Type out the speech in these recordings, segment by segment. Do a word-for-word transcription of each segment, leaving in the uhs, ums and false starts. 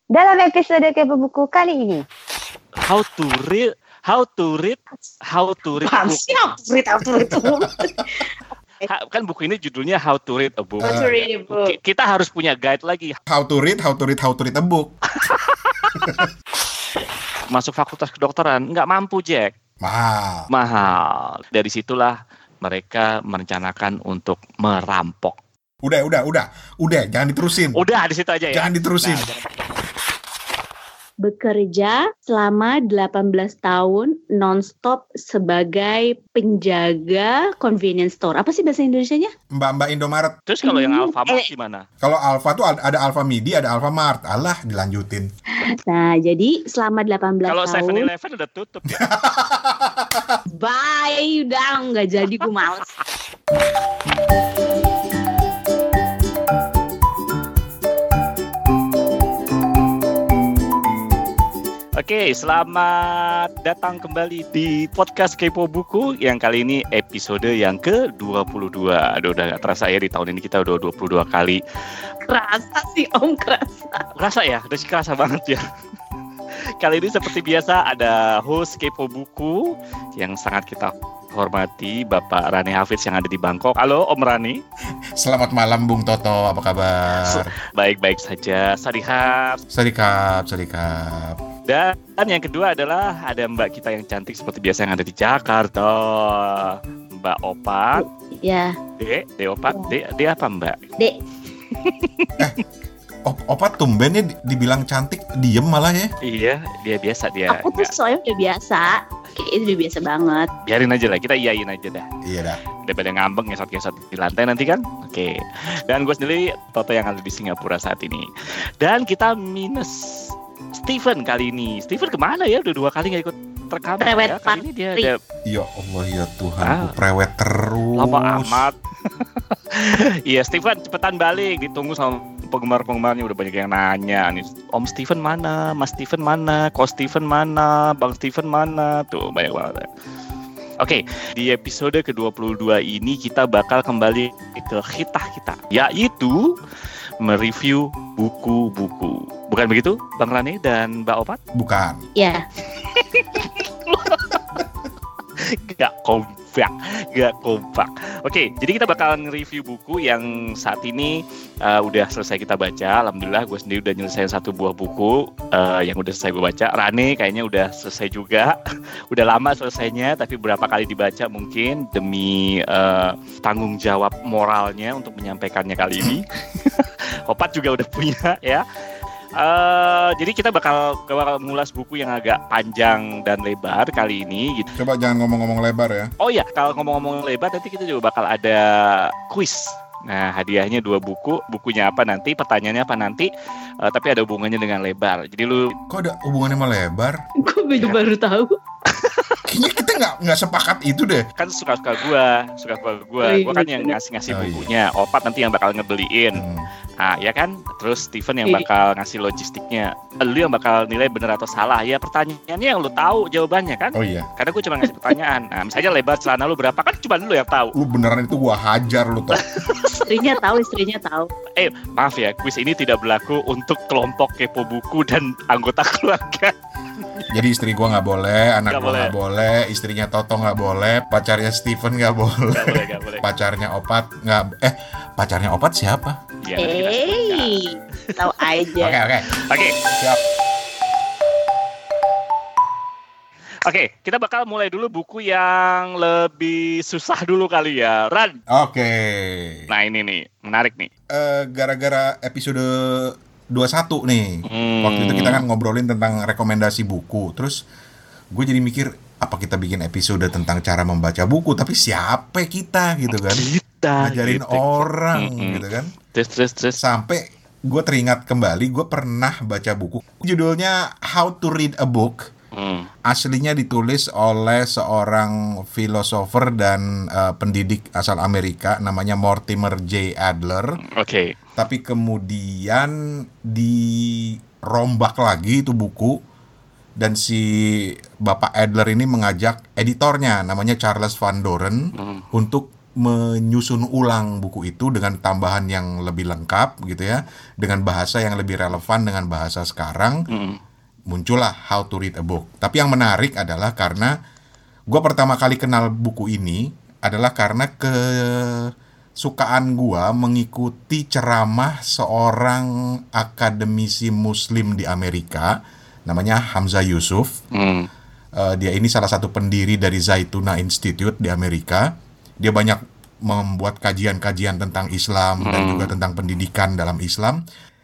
Dalam episode Kepo Buku kali ini, How to read, how to read, how to read Apaan book. sih how to read, how to read mulu? Ha- kan buku ini judulnya How to Read a Book. How to read a book. Ki- Kita harus punya guide lagi. How to read, how to read, how to read a book. Masuk fakultas kedokteran nggak mampu, Jack. Mahal. Mahal. Dari situlah mereka merencanakan untuk merampok. Udah, udah, udah. Udah, jangan diterusin. Udah di situ aja ya. Jangan diterusin. Nah, jangan- Bekerja selama delapan belas tahun non-stop sebagai penjaga convenience store. Apa sih bahasa Indonesianya? Mbak-mbak Indomaret. Terus kalau yang Hmm, Alfamart eh. gimana? Kalau Alfa tuh ada, ada Alfamidi, ada Alfamart. Alah, dilanjutin. Nah, jadi selama delapan belas Kalau tahun. seven eleven udah tutup. Bye, udah nggak jadi, gue males. Oke, selamat datang kembali di podcast Kepo Buku yang kali ini episode yang ke dua puluh dua. Aduh, udah gak terasa ya di tahun ini kita udah dua puluh dua kali. Kerasa sih Om, kerasa. Kerasa ya? Udah sih kerasa banget ya. Kali ini seperti biasa ada host Kepo Buku yang sangat kita hormati, Bapak Rani Hafiz yang ada di Bangkok. Halo Om Rani. Selamat malam, Bung Toto. Apa kabar? Baik-baik saja. Sadihap. Sadikap, sadikap. Dan yang kedua adalah ada Mbak kita yang cantik seperti biasa yang ada di Jakarta, Mbak Opat. Ya, Dek, Dek Opat, Dek, Dek apa Mbak? Dek. Op- Opat tumbennya di- dibilang cantik, diem malah ya. Iya, dia biasa dia. Aku tuh Nggak, soalnya udah biasa. Kayak itu udah biasa banget. biarin aja lah, kita iyain aja dah. Iya dah. Daripada ngambek ngesot-ngesot di lantai nanti kan. Oke. Dan gue sendiri Toto yang ada di Singapura saat ini. Dan kita minus Steven kali ini. Steven kemana ya? Udah dua kali nggak ikut rekaman Prewed ya. Kali ini dia party. ada Ya Allah, ya Tuhan, Ah. ku prewed terus. lama amat. Iya, Steven cepetan balik. Ditunggu sama penggemar-penggemarnya, udah banyak yang nanya nih, Om Steven mana, Mas Steven mana, Ko Steven mana, Bang Steven mana, tuh banyak banget. Oke, di episode ke dua puluh dua ini kita bakal kembali ke hitah kita, yaitu mereview buku-buku. Bukan begitu, Bang Rani dan Mbak Opat? Bukan. Ya, Gak kompak, gak kompak. Oke, jadi kita bakalan review buku yang saat ini uh, udah selesai kita baca. Alhamdulillah, gue sendiri udah nyelesain satu buah buku uh, yang udah selesai gue baca. Rane kayaknya udah selesai juga. Udah lama selesainya, tapi berapa kali dibaca mungkin demi uh, tanggung jawab moralnya untuk menyampaikannya kali ini. Opat juga udah punya ya. Uh, jadi kita bakal, bakal ngulas buku yang agak panjang dan lebar kali ini gitu. Coba jangan ngomong-ngomong lebar ya. Oh ya, kalau ngomong-ngomong lebar nanti kita juga bakal ada quiz. Nah, hadiahnya dua buku, bukunya apa nanti, pertanyaannya apa nanti, uh, tapi ada hubungannya dengan lebar. Jadi lu Kok ada hubungannya sama lebar? gue baru baru tahu. Kayaknya kita nggak nggak sepakat itu deh. kan suka-suka gua, suka-suka gua, Oh, iya, gua kan yang betul. ngasih-ngasih Oh, iya. bukunya. Opat nanti yang bakal ngebeliin. Hmm. Ah, ya kan? Terus Steven yang Iya. bakal ngasih logistiknya. Lu yang bakal nilai benar atau salah. Ya pertanyaannya yang lu tahu jawabannya kan? Oh iya. Karena gue cuma ngasih pertanyaan. Nah, misalnya lebar celana lu berapa, kan cuma lu yang tahu. Lu beneran itu gua hajar lu Tot. Istrinya tahu, istrinya tahu. Eh, maaf ya, kuis ini tidak berlaku untuk kelompok kepo buku dan anggota keluarga. Jadi istri gua nggak boleh, anak Nggak gua nggak boleh, istrinya Toto nggak boleh, pacarnya Steven nggak boleh, Gak boleh, gak boleh. pacarnya Opat nggak. Eh, pacarnya Opat siapa? Ya, nanti kita sebutkan. Eh, tahu aja. Oke oke. Oke, Siap. oke, kita bakal mulai dulu buku yang lebih susah dulu kali ya. Ran. Oke. Nah ini nih, menarik nih. Eh, gara-gara episode dua puluh satu nih. Hmm. Waktu itu kita kan ngobrolin tentang rekomendasi buku. Terus gue jadi mikir, apa kita bikin episode tentang cara membaca buku? Tapi siapa kita gitu kan? Kita Ngajarin gitu. orang Mm-mm. gitu kan? Terus, terus, terus. Sampai gue teringat kembali, gue pernah baca buku. Judulnya How to Read a Book. Hmm. Aslinya ditulis oleh seorang filosofer dan eh, pendidik asal Amerika, namanya Mortimer J. Adler. Oke. Tapi kemudian dirombak lagi itu buku, dan si Bapak Adler ini mengajak editornya namanya Charles Van Doren Hmm. untuk menyusun ulang buku itu dengan tambahan yang lebih lengkap gitu ya, dengan bahasa yang lebih relevan dengan bahasa sekarang. Mm. Muncullah How to Read a Book. Tapi yang menarik adalah karena gue pertama kali kenal buku ini adalah karena kesukaan gue mengikuti ceramah seorang akademisi Muslim di Amerika, namanya Hamza Yusuf. Mm. Uh, dia ini salah satu pendiri dari Zaytuna Institute di Amerika. Dia banyak membuat kajian-kajian tentang Islam hmm. dan juga tentang pendidikan dalam Islam.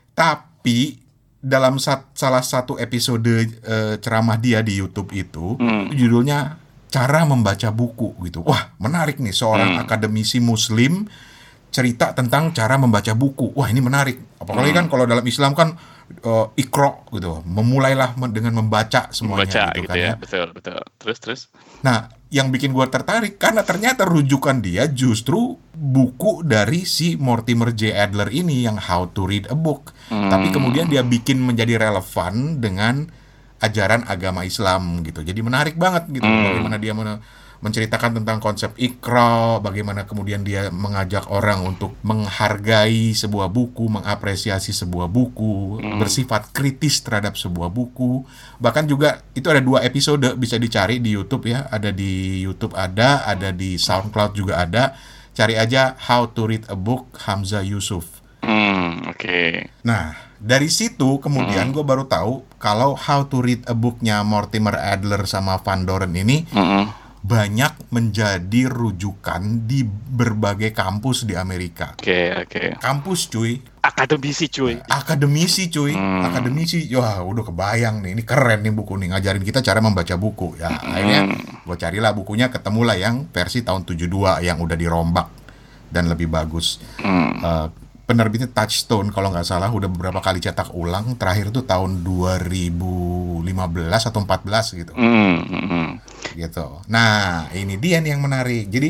Tapi dalam sat- salah satu episode uh, ceramah dia di YouTube itu, hmm. judulnya Cara Membaca Buku gitu. Wah, menarik nih, seorang hmm. akademisi Muslim cerita tentang cara membaca buku. Wah, ini menarik. Apalagi hmm. kan kalau dalam Islam kan uh, Iqra gitu. Memulailah dengan membaca semuanya membaca, gitu, gitu kan ya. ya. Betul, betul. Terus terus. Nah, yang bikin gue tertarik karena ternyata rujukan dia justru buku dari si Mortimer J. Adler ini yang How to Read a Book. Hmm. Tapi kemudian dia bikin menjadi relevan dengan ajaran agama Islam gitu. Jadi menarik banget gitu. Hmm. Bagaimana dia men- menceritakan tentang konsep Iqra, bagaimana kemudian dia mengajak orang untuk menghargai sebuah buku, mengapresiasi sebuah buku, hmm. bersifat kritis terhadap sebuah buku. Bahkan juga itu ada dua episode, bisa dicari di YouTube ya, ada di YouTube ada, ada di SoundCloud juga ada. Cari aja How to Read a Book Hamza Yusuf. Hmm, oke. Okay. Nah, dari situ kemudian hmm. gue baru tahu kalau How to Read a Book-nya Mortimer Adler sama Van Doren ini hmm. banyak menjadi rujukan di berbagai kampus di Amerika. Oke, okay, oke. Okay. Kampus cuy. Akademisi cuy. Akademisi cuy. Hmm. Akademisi. Wah, udah kebayang nih. Ini keren nih buku nih. Ngajarin kita cara membaca buku. Ya, hmm. akhirnya gue carilah bukunya, ketemulah yang versi tahun tujuh puluh dua yang udah dirombak dan lebih bagus. Hmm. Uh, penerbitnya Touchstone kalau nggak salah, udah beberapa kali cetak ulang. Terakhir tuh tahun dua ribu lima belas atau empat belas gitu. Hmm. Hmm. Gitu. Nah, ini dia nih yang menarik. Jadi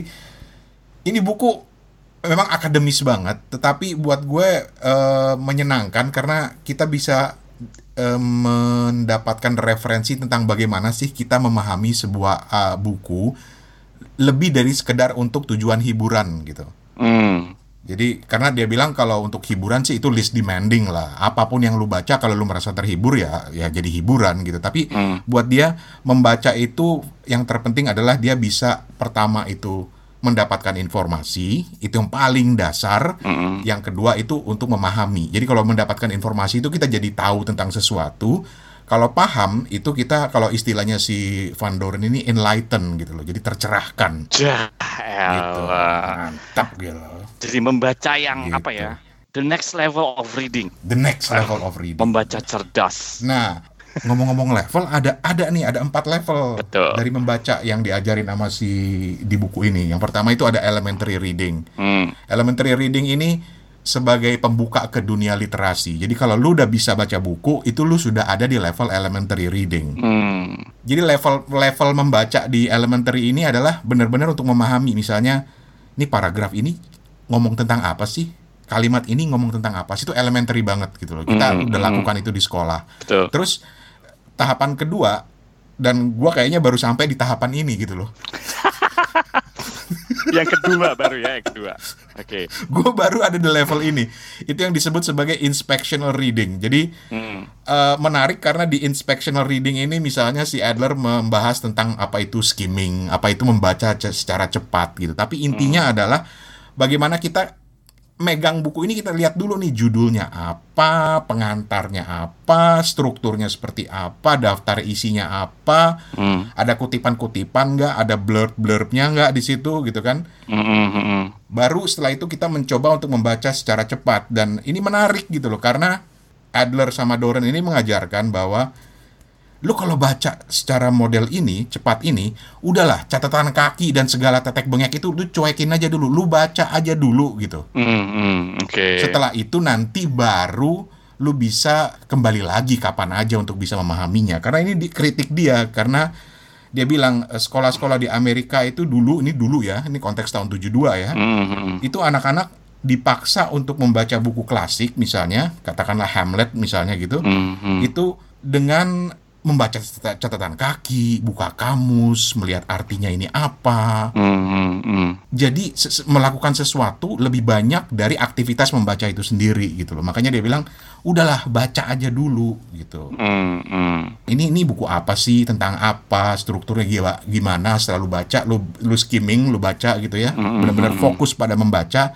ini buku memang akademis banget, tetapi buat gue uh, menyenangkan karena kita bisa uh, mendapatkan referensi tentang bagaimana sih kita memahami sebuah uh, buku lebih dari sekedar untuk tujuan hiburan gitu. Hmm. Jadi karena dia bilang kalau untuk hiburan sih itu least demanding lah. Apapun yang lu baca kalau lu merasa terhibur ya ya jadi hiburan gitu. Tapi mm. buat dia membaca itu yang terpenting adalah dia bisa pertama itu mendapatkan informasi, itu yang paling dasar. Mm. Yang kedua itu untuk memahami. Jadi kalau mendapatkan informasi itu kita jadi tahu tentang sesuatu. Kalau paham itu kita, kalau istilahnya si Van Doren ini enlighten gitu loh. Jadi tercerahkan. Jah, gitu. Mantap gitu. Jadi membaca yang gitu. Apa ya? The next level of reading. The next level of reading. Membaca cerdas. Nah, ngomong-ngomong level, ada ada nih, ada empat level. Betul. Dari membaca yang diajarin sama si di buku ini. Yang pertama itu ada elementary reading. Hmm. Elementary reading ini sebagai pembuka ke dunia literasi. Jadi kalau lu udah bisa baca buku, itu lu sudah ada di level elementary reading. Hmm. Jadi level level membaca di elementary ini adalah benar-benar untuk memahami. Misalnya, ini paragraf ini ngomong tentang apa sih? Kalimat ini ngomong tentang apa sih? Itu elementary banget gitu loh. Kita hmm. udah lakukan itu di sekolah. Betul. Terus tahapan kedua, dan gua kayaknya baru sampai di tahapan ini gitu loh. Yang kedua baru ya, yang kedua. Oke. Okay. Gue baru ada di level ini. Itu yang disebut sebagai inspectional reading. Jadi hmm. uh, menarik karena di inspectional reading ini misalnya si Adler membahas tentang apa itu skimming, apa itu membaca c- secara cepat gitu. Tapi intinya hmm. adalah bagaimana kita megang buku ini, kita lihat dulu nih judulnya apa, pengantarnya apa, strukturnya seperti apa, daftar isinya apa, hmm. ada kutipan-kutipan nggak, ada blurb-blurbnya nggak di situ gitu kan. Hmm. Baru setelah itu kita mencoba untuk membaca secara cepat, dan ini menarik gitu loh karena Adler sama Doren ini mengajarkan bahwa lu kalau baca secara model ini, cepat ini, udahlah catatan kaki dan segala tetek bengek itu lu cuekin aja dulu, lu baca aja dulu gitu. Mm, mm, Oke. Okay. Setelah itu nanti baru lu bisa kembali lagi kapan aja untuk bisa memahaminya. Karena ini dikritik dia, karena dia bilang sekolah-sekolah di Amerika itu dulu, ini dulu ya, ini konteks tahun tujuh puluh dua ya, mm-hmm. itu anak-anak dipaksa untuk membaca buku klasik misalnya, katakanlah Hamlet misalnya gitu, mm-hmm. itu dengan membaca cat- catatan kaki, buka kamus, melihat artinya ini apa. Hmm, hmm, hmm. Jadi ses- melakukan sesuatu lebih banyak dari aktivitas membaca itu sendiri gitu loh. Makanya dia bilang, udahlah baca aja dulu gitu. Hmm, hmm. Ini ini buku apa sih, tentang apa, strukturnya gila- gimana, setelah lu baca, lu lu skimming, lu baca gitu ya. Hmm, Benar-benar hmm, fokus pada membaca.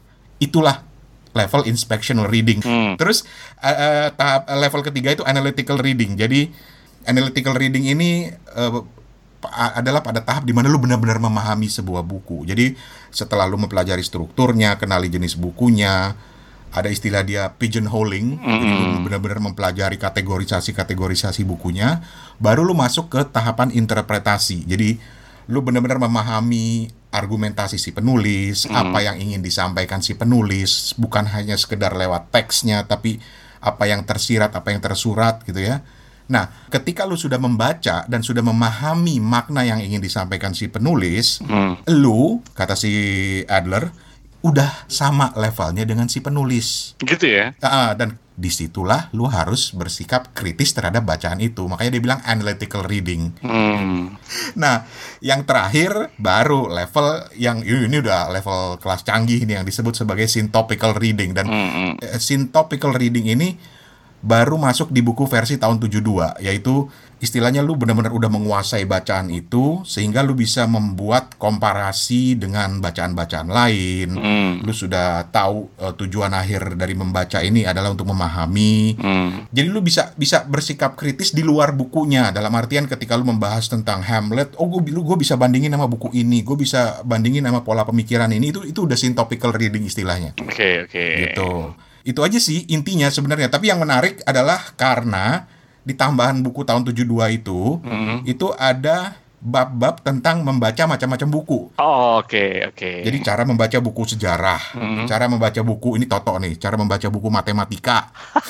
Itulah level inspectional reading. Hmm. Terus uh, uh, tahap uh, level ketiga itu analytical reading. Jadi analytical reading ini uh, pa- adalah pada tahap di mana lu benar-benar memahami sebuah buku. Jadi setelah lu mempelajari strukturnya, kenali jenis bukunya, ada istilah dia pigeonholing. Jadi lu benar-benar mempelajari kategorisasi-kategorisasi bukunya, baru lu masuk ke tahapan interpretasi. Jadi lu benar-benar memahami argumentasi si penulis, apa yang ingin disampaikan si penulis, bukan hanya sekedar lewat teksnya, tapi apa yang tersirat, apa yang tersurat gitu ya. Nah, ketika lu sudah membaca dan sudah memahami makna yang ingin disampaikan si penulis, Hmm. lu, kata si Adler, udah sama levelnya dengan si penulis. Gitu ya. Ah, dan disitulah lu harus bersikap kritis terhadap bacaan itu. Makanya dia bilang analytical reading. Hmm. Nah, yang terakhir baru level yang ini udah level kelas canggih nih yang disebut sebagai syntopical reading. Dan Hmm. eh, syntopical reading ini baru masuk di buku versi tahun tujuh puluh dua, yaitu istilahnya lu benar-benar udah menguasai bacaan itu sehingga lu bisa membuat komparasi dengan bacaan-bacaan lain. Hmm. Lu sudah tahu uh, tujuan akhir dari membaca ini adalah untuk memahami. Hmm. Jadi lu bisa bisa bersikap kritis di luar bukunya. Dalam artian ketika lu membahas tentang Hamlet, oh gue gue bisa bandingin sama buku ini, gue bisa bandingin sama pola pemikiran ini. Itu itu udah syntopical reading istilahnya. Oke, oke. Gitu. Itu aja sih intinya sebenarnya. Tapi yang menarik adalah karena di tambahan buku tahun tujuh puluh dua itu, Hmm. itu ada bab-bab tentang membaca macam-macam buku. Oh, oke, oke. Jadi cara membaca buku sejarah, Hmm. cara membaca buku, ini Toto nih, cara membaca buku matematika,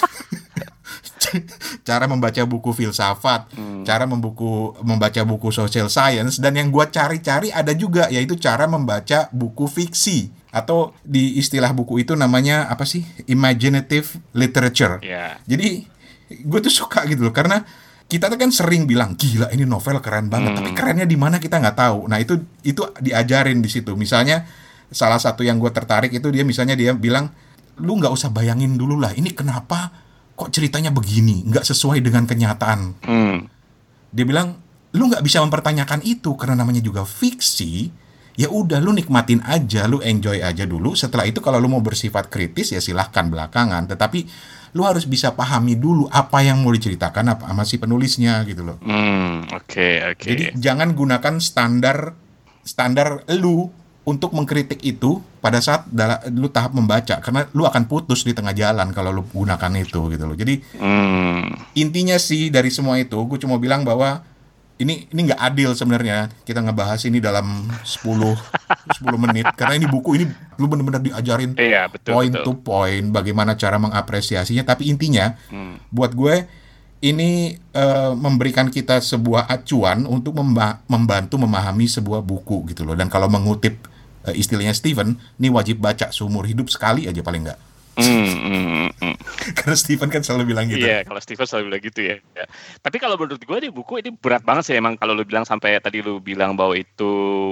cara membaca buku filsafat, Hmm. cara membuku membaca buku social science, dan yang gua cari-cari ada juga, yaitu cara membaca buku fiksi. Atau di istilah buku itu namanya apa sih? Imaginative literature. Ya. Jadi gue tuh suka gitu loh, karena kita tuh kan sering bilang gila ini novel keren banget, Hmm. tapi kerennya di mana kita nggak tahu. Nah itu itu diajarin di situ. Misalnya salah satu yang gue tertarik itu dia misalnya dia bilang, lu nggak usah bayangin dulu lah ini kenapa kok ceritanya begini, nggak sesuai dengan kenyataan. Hmm. Dia bilang lu nggak bisa mempertanyakan itu karena namanya juga fiksi. Ya udah lu nikmatin aja, lu enjoy aja dulu. Setelah itu kalau lu mau bersifat kritis ya silahkan belakangan. Tetapi lu harus bisa pahami dulu apa yang mau diceritakan apa sama si penulisnya gitu loh. Hmm. Oke, oke. Jadi jangan gunakan standar standar lu untuk mengkritik itu pada saat dala- lu tahap membaca, karena lu akan putus di tengah jalan kalau lu gunakan itu gitu loh. Jadi Hmm. intinya sih dari semua itu gue cuma bilang bahwa ini ini nggak adil sebenarnya kita ngebahas ini dalam sepuluh menit, karena ini buku ini lu benar-benar diajarin Iya, betul, point betul. to point bagaimana cara mengapresiasinya. Tapi intinya Hmm. buat gue ini eh, memberikan kita sebuah acuan untuk memba- membantu memahami sebuah buku gitu loh. Dan kalau mengutip eh, istilahnya Stephen, ini wajib baca seumur hidup sekali aja paling nggak. Hmm, hmm, hmm. Karena Stephen kan selalu bilang gitu. Iya, kalau Steven selalu bilang gitu ya. Ya. Tapi kalau menurut gue di buku ini berat banget sih emang, kalau lu bilang sampai tadi lu bilang bahwa itu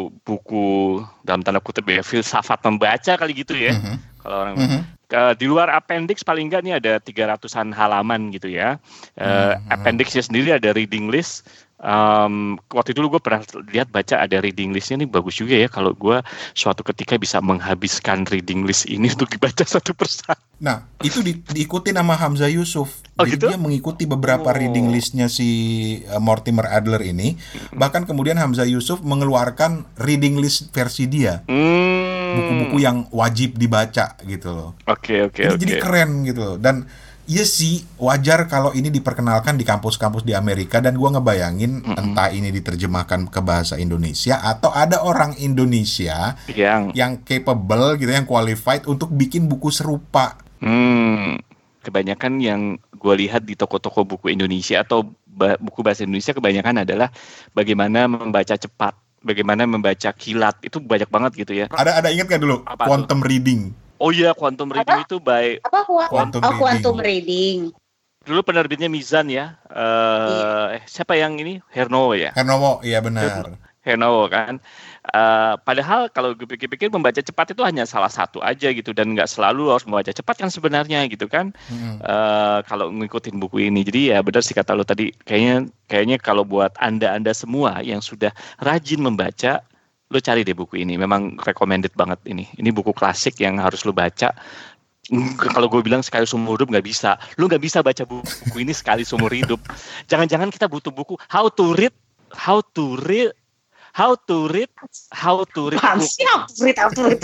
buku dalam tanda kutip ya filsafat membaca kali gitu ya. Mhm. Kalau orang Mhm. Ke- di luar appendix paling enggak nih ada tiga ratusan halaman gitu ya. Eh, Mhm. Appendixnya sendiri ada reading list. Um, waktu itu gue pernah lihat baca ada reading listnya, nih bagus juga ya kalau gue suatu ketika bisa menghabiskan reading list ini untuk dibaca satu persatu. Nah, itu di, diikuti nama Hamzah Yusuf. Oh, Jadi gitu? dia mengikuti beberapa Oh. reading listnya si uh, Mortimer Adler ini. Bahkan kemudian Hamzah Yusuf mengeluarkan reading list versi dia. Hmm. Buku-buku yang wajib dibaca gitu loh. Oke, oke, Jadi, oke. jadi keren gitu loh. Dan iya sih wajar kalau ini diperkenalkan di kampus-kampus di Amerika. Dan gua ngebayangin entah ini diterjemahkan ke bahasa Indonesia atau ada orang Indonesia Yang yang capable gitu, yang qualified untuk bikin buku serupa. Hmm, kebanyakan yang gue lihat di toko-toko buku Indonesia atau ba- buku bahasa Indonesia kebanyakan adalah bagaimana membaca cepat, bagaimana membaca kilat, itu banyak banget gitu ya. Ada ada ingat kan dulu Apa tuh? quantum reading? Oh iya, quantum reading Apa? itu by Apa qua- Quantum oh, reading. quantum reading. Dulu penerbitnya Mizan ya. Uh, eh, siapa yang ini? Hernowo ya? Hernowo, iya benar. Hernowo kan. Uh, padahal kalau gue pikir-pikir membaca cepat itu hanya salah satu aja gitu dan nggak selalu harus membaca cepat kan sebenarnya gitu kan. Hmm. Uh, kalau ngikutin buku ini, jadi ya benar sih kata lo tadi. Kayaknya kayaknya kalau buat anda-anda semua yang sudah rajin membaca, lo cari deh buku ini. Memang recommended banget ini. Ini buku klasik yang harus lo baca. Kalau gue bilang sekali seumur hidup nggak bisa. Lo nggak bisa baca buku, buku ini sekali seumur hidup. Jangan-jangan kita butuh buku how to read, how to read. How to read, how to read. How to read, how to read.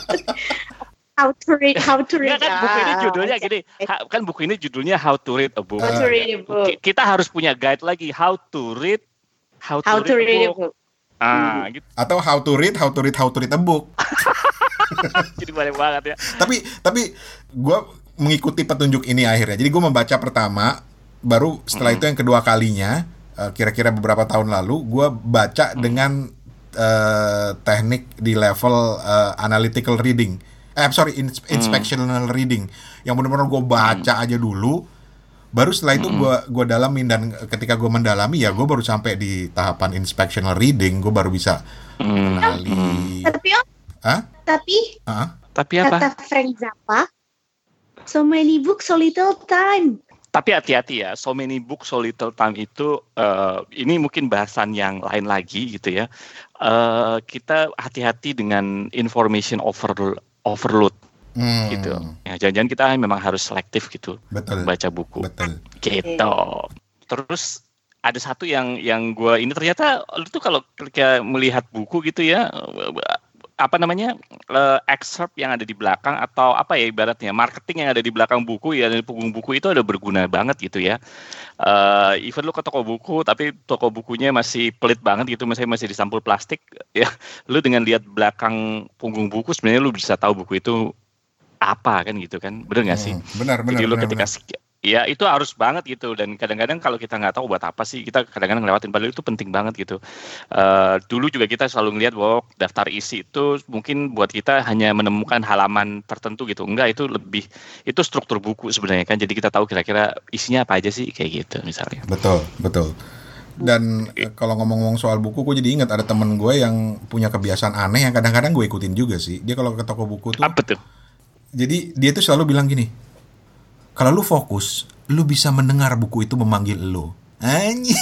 How to read, how to read. Nggak, kan buku ini judulnya gini, ha- kan buku ini judulnya How to Read a Book. How to read a book. Kita harus punya guide lagi, how to read, how to, how read, to a read book. a book. Ah, gitu. Atau how to read, how to read, how to read a book. Jadi banyak banget ya. Tapi tapi gue mengikuti petunjuk ini akhirnya. Jadi gue membaca pertama, baru setelah hmm. itu yang kedua kalinya. Uh, kira-kira beberapa tahun lalu gue baca hmm. dengan uh, teknik di level uh, analytical reading, eh sorry ins- inspectional hmm. reading, yang benar-benar gue baca hmm. aja dulu, baru setelah itu gue hmm. gue dalamin, dan ketika gue mendalami ya gue baru sampai di tahapan inspectional reading, gue baru bisa hmm. mengenali. Tapi oh, Hah? tapi uh-huh. tapi apa? Kata Frank Zappa, so many books, so little time. Tapi hati-hati ya, so many books, so little time itu, uh, ini mungkin bahasan yang lain lagi gitu ya. Uh, kita hati-hati dengan information over, overload hmm. gitu. Ya, jangan-jangan kita memang harus selektif gitu, Betul. baca buku. Betul. Gitu. Terus ada satu yang yang gue ini ternyata lu tuh kalau ketika melihat buku gitu ya, apa namanya uh, excerpt yang ada di belakang atau apa ya ibaratnya marketing yang ada di belakang buku ya, di punggung buku itu ada berguna banget gitu ya. Uh, even lu ke toko buku tapi toko bukunya masih pelit banget gitu, misalnya masih di sampul plastik ya, lu dengan lihat belakang punggung buku sebenarnya lu bisa tahu buku itu apa kan gitu kan, bener nggak sih? Hmm, benar benar. Jadi lu benar, ketika benar. Ya itu harus banget gitu, dan kadang-kadang kalau kita nggak tahu buat apa sih, kita kadang-kadang ngelewatin, padahal itu penting banget gitu. Uh, dulu juga kita selalu ngelihat bahwa daftar isi itu mungkin buat kita hanya menemukan halaman tertentu gitu, enggak, itu lebih, itu struktur buku sebenarnya kan, jadi kita tahu kira-kira isinya apa aja sih kayak gitu misalnya. Betul betul. Dan e, kalau ngomong-ngomong soal buku, gue jadi ingat ada temen gue yang punya kebiasaan aneh yang kadang-kadang gue ikutin juga sih. Dia kalau ke toko buku tuh, apa tuh? Jadi dia tuh selalu bilang gini, kalau lu fokus, lu bisa mendengar buku itu memanggil lu. Anjir.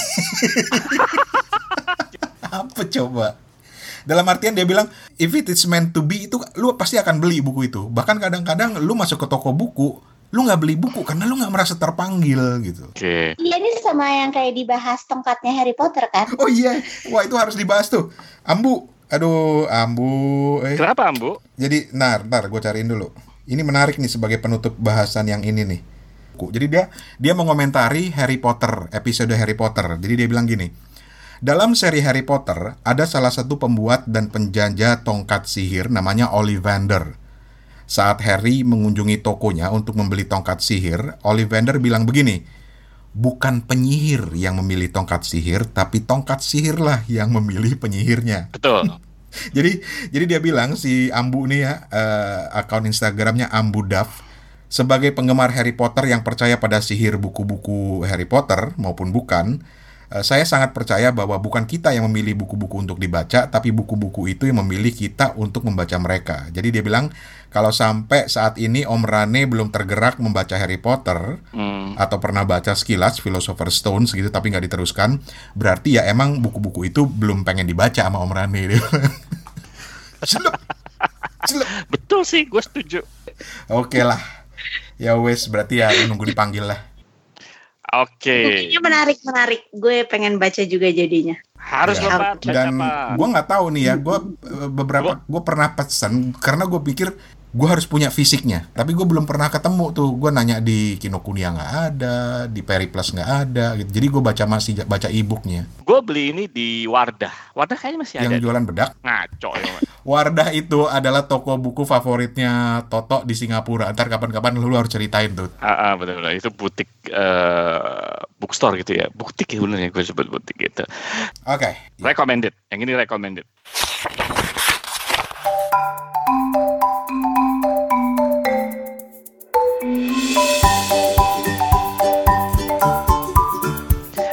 Apa coba? Dalam artian dia bilang, if it is meant to be, itu lu pasti akan beli buku itu. Bahkan kadang-kadang lu masuk ke toko buku, lu nggak beli buku karena lu nggak merasa terpanggil gitu. Oke. Iya, ini sama yang kayak dibahas tongkatnya Harry Potter kan? Oh iya, wah itu harus dibahas tuh. Ambu, aduh, Ambu. Eh. Kenapa Ambu? Jadi, ntar, ntar gue cariin dulu. Ini menarik nih sebagai penutup bahasan yang ini nih. Jadi dia dia mengomentari Harry Potter, episode Harry Potter. Jadi dia bilang gini, dalam seri Harry Potter ada salah satu pembuat dan penjajah tongkat sihir namanya Ollivander. Saat Harry mengunjungi tokonya untuk membeli tongkat sihir, Ollivander bilang begini, bukan penyihir yang memilih tongkat sihir, tapi tongkat sihirlah yang memilih penyihirnya. Betul. jadi jadi dia bilang si Ambu nih ya, uh, akun Instagramnya Ambu Duff, sebagai penggemar Harry Potter yang percaya pada sihir buku-buku Harry Potter maupun bukan, uh, saya sangat percaya bahwa bukan kita yang memilih buku-buku untuk dibaca, tapi buku-buku itu yang memilih kita untuk membaca mereka. Jadi dia bilang, kalau sampai saat ini Om Rane belum tergerak membaca Harry Potter, hmm. atau pernah baca sekilas Philosopher's Stone gitu tapi nggak diteruskan, berarti ya emang buku-buku itu belum pengen dibaca sama Om Rane. Celup. Celup. Betul sih, gue setuju. Oke lah. Ya wes, berarti ya nunggu dipanggil lah. Oke. Okay. Bukunya menarik-menarik. Gue pengen baca juga jadinya. Harus ya. Bapak. Dan gue nggak tahu nih ya, gue beberapa gue pernah pesan karena gue pikir gue harus punya fisiknya, tapi gue belum pernah ketemu tuh. Gue nanya di Kinokuniya nggak ada, di Periplus nggak ada gitu. Jadi gue baca masih baca e-booknya. Gue beli ini di Wardah. Wardah kayaknya masih yang ada. Yang jualan bedak. Ngaco ya. Wardah itu adalah toko buku favoritnya Toto di Singapura. Ntar kapan-kapan lu harus ceritain tuh. Ah, ah betul-betul. Itu butik uh, bookstore gitu ya. Butik ya benernya gue sebut butik gitu. Oke. Okay. Recommended. Yang ini recommended.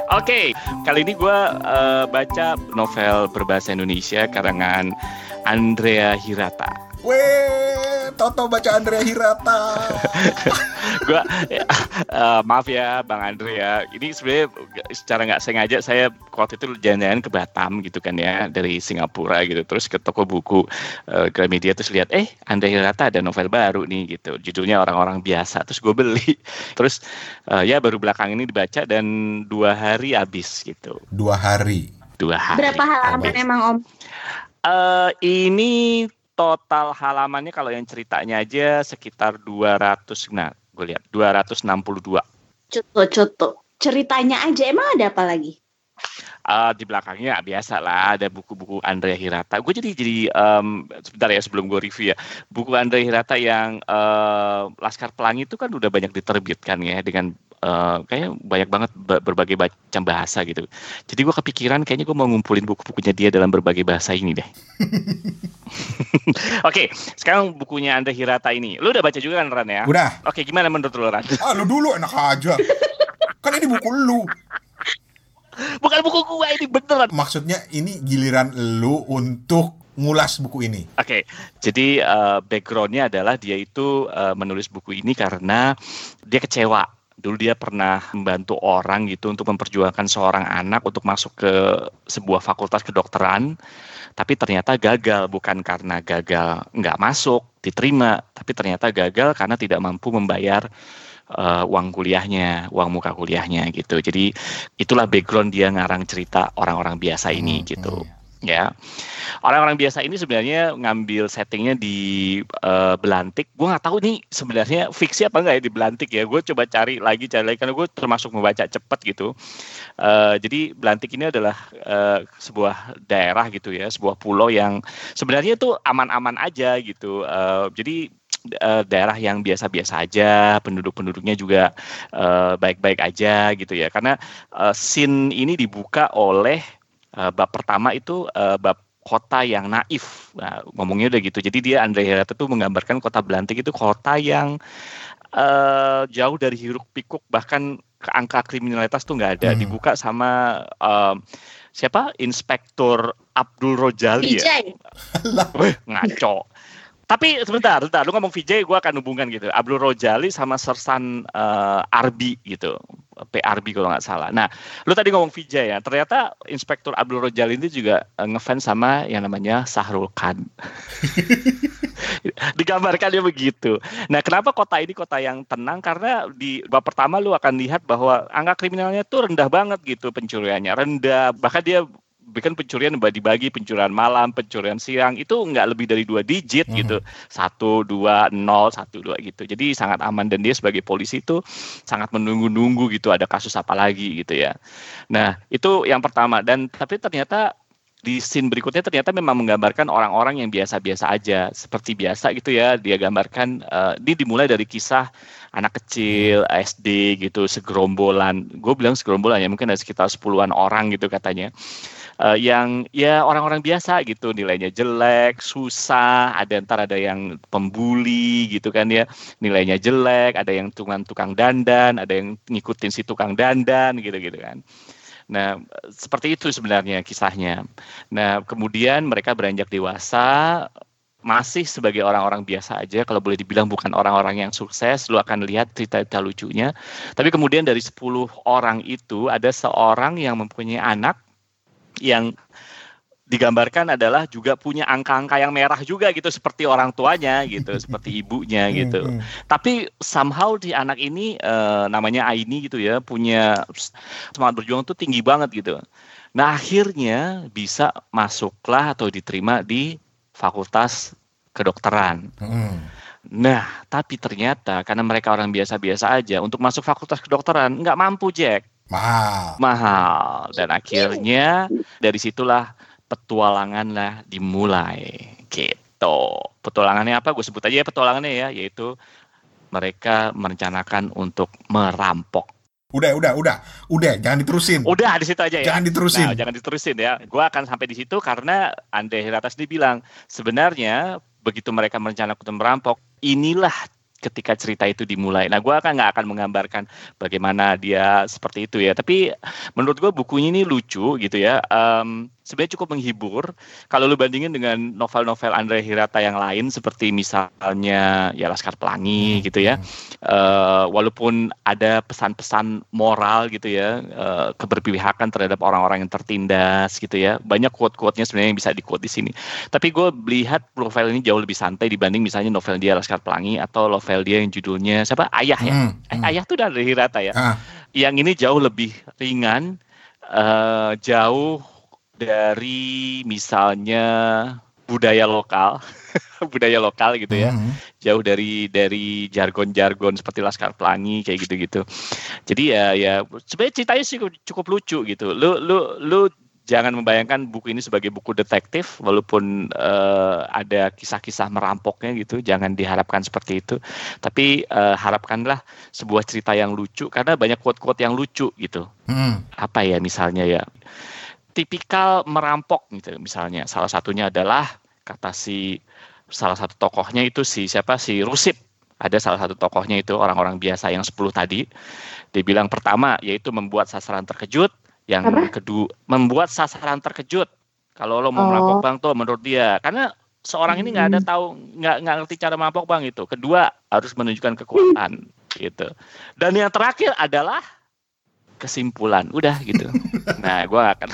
Oke, kali ini gue uh, baca novel berbahasa Indonesia karangan Andrea Hirata. Weh, Toto baca Andrea Hirata. Gue uh, maaf ya Bang Andrea, ini sebenarnya secara nggak sengaja saya waktu itu jalan-jalan ke Batam gitu kan ya, dari Singapura gitu, terus ke toko buku uh, Gramedia, terus lihat eh Andrea Hirata ada novel baru nih gitu, judulnya Orang-Orang Biasa, terus gue beli, terus uh, ya baru belakang ini dibaca dan dua hari habis gitu. Dua hari. Dua hari. Berapa halaman Habis. emang Om? Uh, ini total halamannya kalau yang ceritanya aja sekitar dua ratus, nah gue lihat dua ratus enam puluh dua. Coto-coto. Ceritanya aja, emang ada apa lagi? Uh, di belakangnya biasa lah ada buku-buku Andrea Hirata. Gue jadi jadi um, sebentar ya sebelum gue review ya. Buku Andrea Hirata yang uh, Laskar Pelangi itu kan udah banyak diterbitkan ya dengan uh, kayaknya banyak banget berbagai macam bahasa gitu. Jadi gue kepikiran kayaknya gue mau ngumpulin buku-bukunya dia dalam berbagai bahasa ini deh. Oke, sekarang bukunya Andrea Hirata ini. Lu udah baca juga kan Ran ya? Udah. Oke, gimana menurut lu Ran? Ah, lu dulu enak aja. Kan ini buku lu. Bukan buku gua ini beneran. Maksudnya ini giliran lu untuk ngulas buku ini. Oke, jadi uh, backgroundnya adalah dia itu uh, menulis buku ini karena dia kecewa. Dulu dia pernah membantu orang gitu untuk memperjuangkan seorang anak untuk masuk ke sebuah fakultas kedokteran, tapi ternyata gagal, bukan karena gagal nggak masuk, diterima, tapi ternyata gagal karena tidak mampu membayar Uh, uang kuliahnya, uang muka kuliahnya gitu. Jadi itulah background dia ngarang cerita Orang-Orang Biasa ini hmm, gitu. Hmm. Ya, Orang-Orang Biasa ini sebenarnya ngambil settingnya di uh, Belantik. Gue nggak tahu nih sebenarnya fiksi apa nggak ya di Belantik ya. Gue coba cari lagi, cari lagi karena gue termasuk membaca cepat gitu. Uh, jadi Belantik ini adalah uh, sebuah daerah gitu ya, sebuah pulau yang sebenarnya tuh aman-aman aja gitu. Uh, jadi daerah yang biasa-biasa aja, penduduk-penduduknya juga uh, baik-baik aja gitu ya. Karena uh, scene ini dibuka oleh uh, bab pertama itu uh, bab kota yang naif. Nah, ngomongnya udah gitu. Jadi dia Andrea Hirata tuh menggambarkan kota Belantik itu kota yang uh, jauh dari hiruk pikuk, bahkan ke angka kriminalitas tuh nggak ada. Hmm. Dibuka sama uh, siapa? Inspektur Abdul Rojali ya. Wih, ngaco. Tapi sebentar, sebentar, lu ngomong Vijay, gue akan hubungkan gitu. Abdul Rojali sama Sersan uh, Arbi gitu, P R B kalau nggak salah. Nah, lu tadi ngomong Vijay ya, ternyata Inspektur Abdul Rojali ini juga uh, ngefans sama yang namanya Sahrul Khan. Digambarkan dia begitu. Nah, kenapa kota ini kota yang tenang? Karena di bab pertama lu akan lihat bahwa angka kriminalnya tuh rendah banget gitu, pencuriannya rendah, bahkan dia bikin pencurian dibagi, pencurian malam, pencurian siang, itu nggak lebih dari dua digit mm-hmm. gitu, satu, dua, nol, satu, dua gitu. Jadi sangat aman dan dia sebagai polisi itu sangat menunggu-nunggu gitu ada kasus apa lagi gitu ya. Nah itu yang pertama, dan tapi ternyata di scene berikutnya ternyata memang menggambarkan orang-orang yang biasa-biasa aja, seperti biasa gitu ya. Dia gambarkan, uh, dia dimulai dari kisah anak kecil, S D gitu, segerombolan. Gue bilang segerombolan ya, mungkin ada sekitar sepuluhan orang gitu katanya. Uh, yang ya orang-orang biasa gitu, nilainya jelek, susah, ada ntar ada yang pembuli gitu kan ya, nilainya jelek, ada yang tukang-tukang dandan, ada yang ngikutin si tukang dandan gitu-gitu kan. Nah, seperti itu sebenarnya kisahnya. Nah, kemudian mereka beranjak dewasa, masih sebagai orang-orang biasa aja, kalau boleh dibilang bukan orang-orang yang sukses. Lu akan lihat cerita-cerita lucunya. Tapi kemudian dari sepuluh orang itu ada seorang yang mempunyai anak yang digambarkan adalah juga punya angka-angka yang merah juga gitu, seperti orang tuanya gitu, seperti ibunya gitu. Hmm, hmm. Tapi somehow di anak ini uh, namanya Aini gitu ya, punya semangat berjuang tuh tinggi banget gitu. Nah akhirnya bisa masuklah atau diterima di fakultas kedokteran. Hmm. Nah tapi ternyata karena mereka orang biasa-biasa aja, untuk masuk fakultas kedokteran nggak mampu, Jack. Mahal. Mahal. Dan akhirnya dari situlah petualangan lah dimulai gitu. Petualangannya apa? Gue sebut aja ya petualangannya ya, yaitu mereka merencanakan untuk merampok. Udah, udah, udah, udah, jangan diterusin. Udah di situ aja ya. Jangan diterusin. Nah, jangan diterusin ya. Gue akan sampai di situ karena Andrea Hirata sendiri bilang sebenarnya begitu mereka merencanakan untuk merampok, inilah ketika cerita itu dimulai. Nah, gue kan nggak akan menggambarkan bagaimana dia seperti itu ya. Tapi menurut gue bukunya ini lucu gitu ya. Um, sebenarnya cukup menghibur. Kalau lu bandingin dengan novel-novel Andrea Hirata yang lain seperti misalnya ya Laskar Pelangi gitu ya. Uh, walaupun ada pesan-pesan moral gitu ya, uh, keberpihakan terhadap orang-orang yang tertindas gitu ya. Banyak quote-quote-nya sebenarnya yang bisa di-quote di sini. Tapi gue melihat novel ini jauh lebih santai dibanding misalnya novel dia Laskar Pelangi atau novel dia yang judulnya siapa? Ayah ya. Hmm, hmm. Ayah tuh dari Hirata ya. Ah. Yang ini jauh lebih ringan, uh, jauh dari misalnya budaya lokal, budaya lokal gitu ya. Hmm. Jauh dari dari jargon-jargon seperti Laskar Pelangi kayak gitu-gitu. Jadi ya ya sebenarnya ceritanya sih cukup lucu gitu. Lu lu lu jangan membayangkan buku ini sebagai buku detektif, walaupun uh, ada kisah-kisah merampoknya gitu. Jangan diharapkan seperti itu. Tapi uh, harapkanlah sebuah cerita yang lucu, karena banyak quote-quote yang lucu gitu. Hmm. Apa ya misalnya ya, tipikal merampok gitu. Misalnya salah satunya adalah kata si salah satu tokohnya itu si siapa si Rusip. Ada salah satu tokohnya itu orang-orang biasa yang sepuluh tadi. Dia bilang pertama yaitu membuat sasaran terkejut. Yang apa? Kedua, membuat sasaran terkejut. Kalau lo mau oh. merampok bank tuh menurut dia, karena seorang ini nggak ada tahu, nggak nggak ngerti cara merampok bank itu. Kedua, harus menunjukkan kekuatan, gitu. Dan yang terakhir adalah kesimpulan, udah gitu. Nah, gue akan